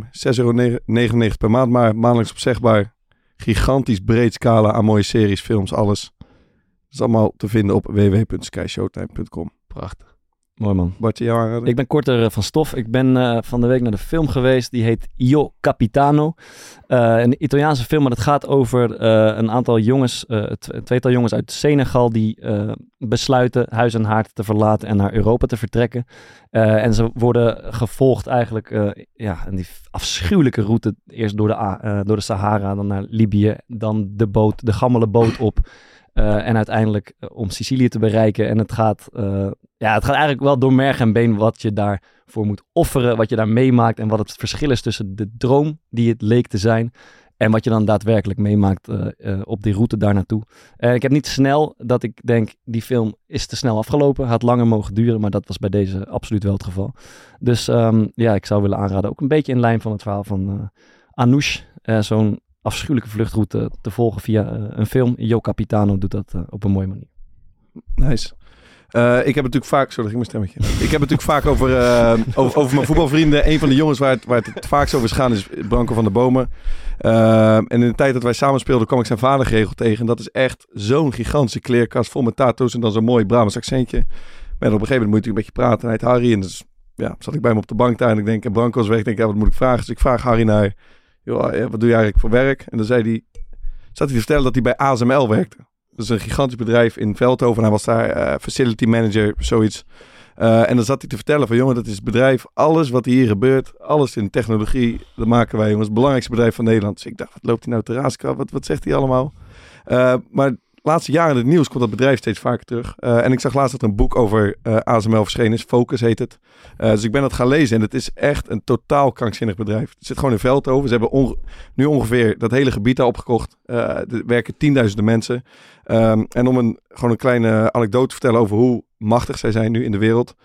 €6,99 per maand, maar maandelijks opzegbaar. Gigantisch breed scala aan mooie series, films, alles. Dat is allemaal te vinden op www.skyshowtime.com. Prachtig. Mooi man. Bartje, jou aanraden? Ik ben korter van stof. Ik ben van de week naar de film geweest. Die heet Io Capitano. Een Italiaanse film, maar het gaat over een aantal jongens, een tweetal jongens uit Senegal die besluiten huis en haard te verlaten en naar Europa te vertrekken. En ze worden gevolgd eigenlijk in die afschuwelijke route. Eerst door de Sahara, dan naar Libië, dan de gammele boot op. En uiteindelijk om Sicilië te bereiken. En het gaat eigenlijk wel door merg en been wat je daarvoor moet offeren. Wat je daar meemaakt en wat het verschil is tussen de droom die het leek te zijn. En wat je dan daadwerkelijk meemaakt op die route daar naartoe. Ik heb niet snel dat ik denk, die film is te snel afgelopen. Had langer mogen duren, maar dat was bij deze absoluut wel het geval. Dus ik zou willen aanraden. Ook een beetje in lijn van het verhaal van Anoush. Zo'n afschuwelijke vluchtroute te volgen via een film. Io Capitano doet dat op een mooie manier. Nice. Ik heb het natuurlijk vaak... Zo, dat ging mijn stemmetje. Ik heb het natuurlijk vaak over mijn voetbalvrienden. Een van de jongens waar het vaakst over is gaan is Branko van der Bomen. En in de tijd dat wij samen speelden kwam ik zijn vader geregeld tegen. En dat is echt zo'n gigantische kleerkast vol met tato's en dan zo'n mooi Brabants accentje. Maar op een gegeven moment moet je een beetje praten. En hij heet Harry. En dus zat ik bij hem op de bank daar en ik denk, en Branko was weg. Ik denk, wat moet ik vragen? Dus ik vraag Harry naar, wat doe je eigenlijk voor werk? En dan zat hij te vertellen dat hij bij ASML werkte. Dat is een gigantisch bedrijf in Veldhoven. Hij was daar facility manager, zoiets. En dan zat hij te vertellen van, jongen, dat is het bedrijf. Alles wat hier gebeurt, alles in technologie, dat maken wij, jongens. Het belangrijkste bedrijf van Nederland. Dus ik dacht, wat loopt hij nou te raaskrab? Wat zegt hij allemaal? Maar de laatste jaren in het nieuws komt dat bedrijf steeds vaker terug. En ik zag laatst dat er een boek over ASML verschenen is. Focus heet het. Dus ik ben dat gaan lezen en het is echt een totaal krankzinnig bedrijf. Het zit gewoon in Veldhoven. Ze hebben nu ongeveer dat hele gebied daar opgekocht. Er werken 10.000 mensen. En om gewoon een kleine anekdote te vertellen over hoe machtig zij zijn nu in de wereld.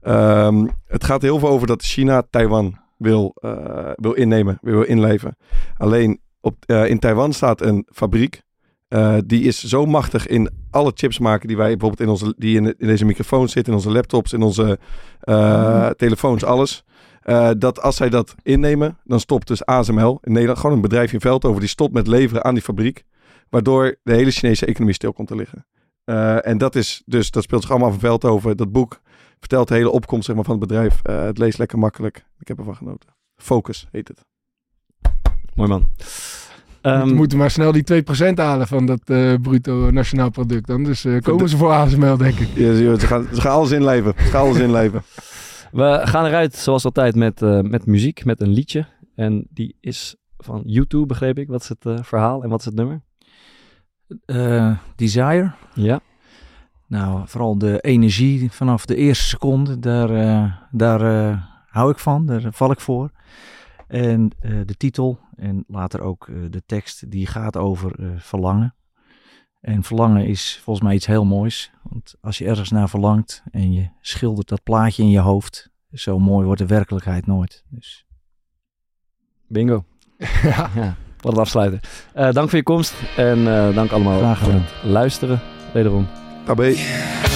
Het gaat heel veel over dat China Taiwan wil innemen, wil inleven. Alleen in Taiwan staat een fabriek. Die is zo machtig in alle chips maken die wij bijvoorbeeld in deze microfoons zitten, in onze laptops, in onze telefoons, alles. Dat als zij dat innemen, dan stopt dus ASML in Nederland, gewoon een bedrijf in Veldhoven, die stopt met leveren aan die fabriek. Waardoor de hele Chinese economie stil komt te liggen. En dat speelt zich allemaal af in Veldhoven. Dat boek vertelt de hele opkomst zeg maar, van het bedrijf. Het leest lekker makkelijk. Ik heb ervan genoten. Focus heet het. Mooi man. We moeten maar snel die 2% halen van dat bruto nationaal product. Dan dus komen ze voor ASML, denk ik. Ja, ze gaan alles inleven. We gaan eruit, zoals altijd, met muziek, met een liedje. En die is van U2, begreep ik. Wat is het verhaal en wat is het nummer? Desire. Ja. Nou, vooral de energie vanaf de eerste seconde, daar hou ik van, daar val ik voor. En de titel en later ook de tekst, die gaat over verlangen. En verlangen is volgens mij iets heel moois. Want als je ergens naar verlangt en je schildert dat plaatje in je hoofd, zo mooi wordt de werkelijkheid nooit. Dus. Bingo. Ja. Wat een afsluiter. Dank voor je komst en dank allemaal voor het luisteren. Wederom. Tabé.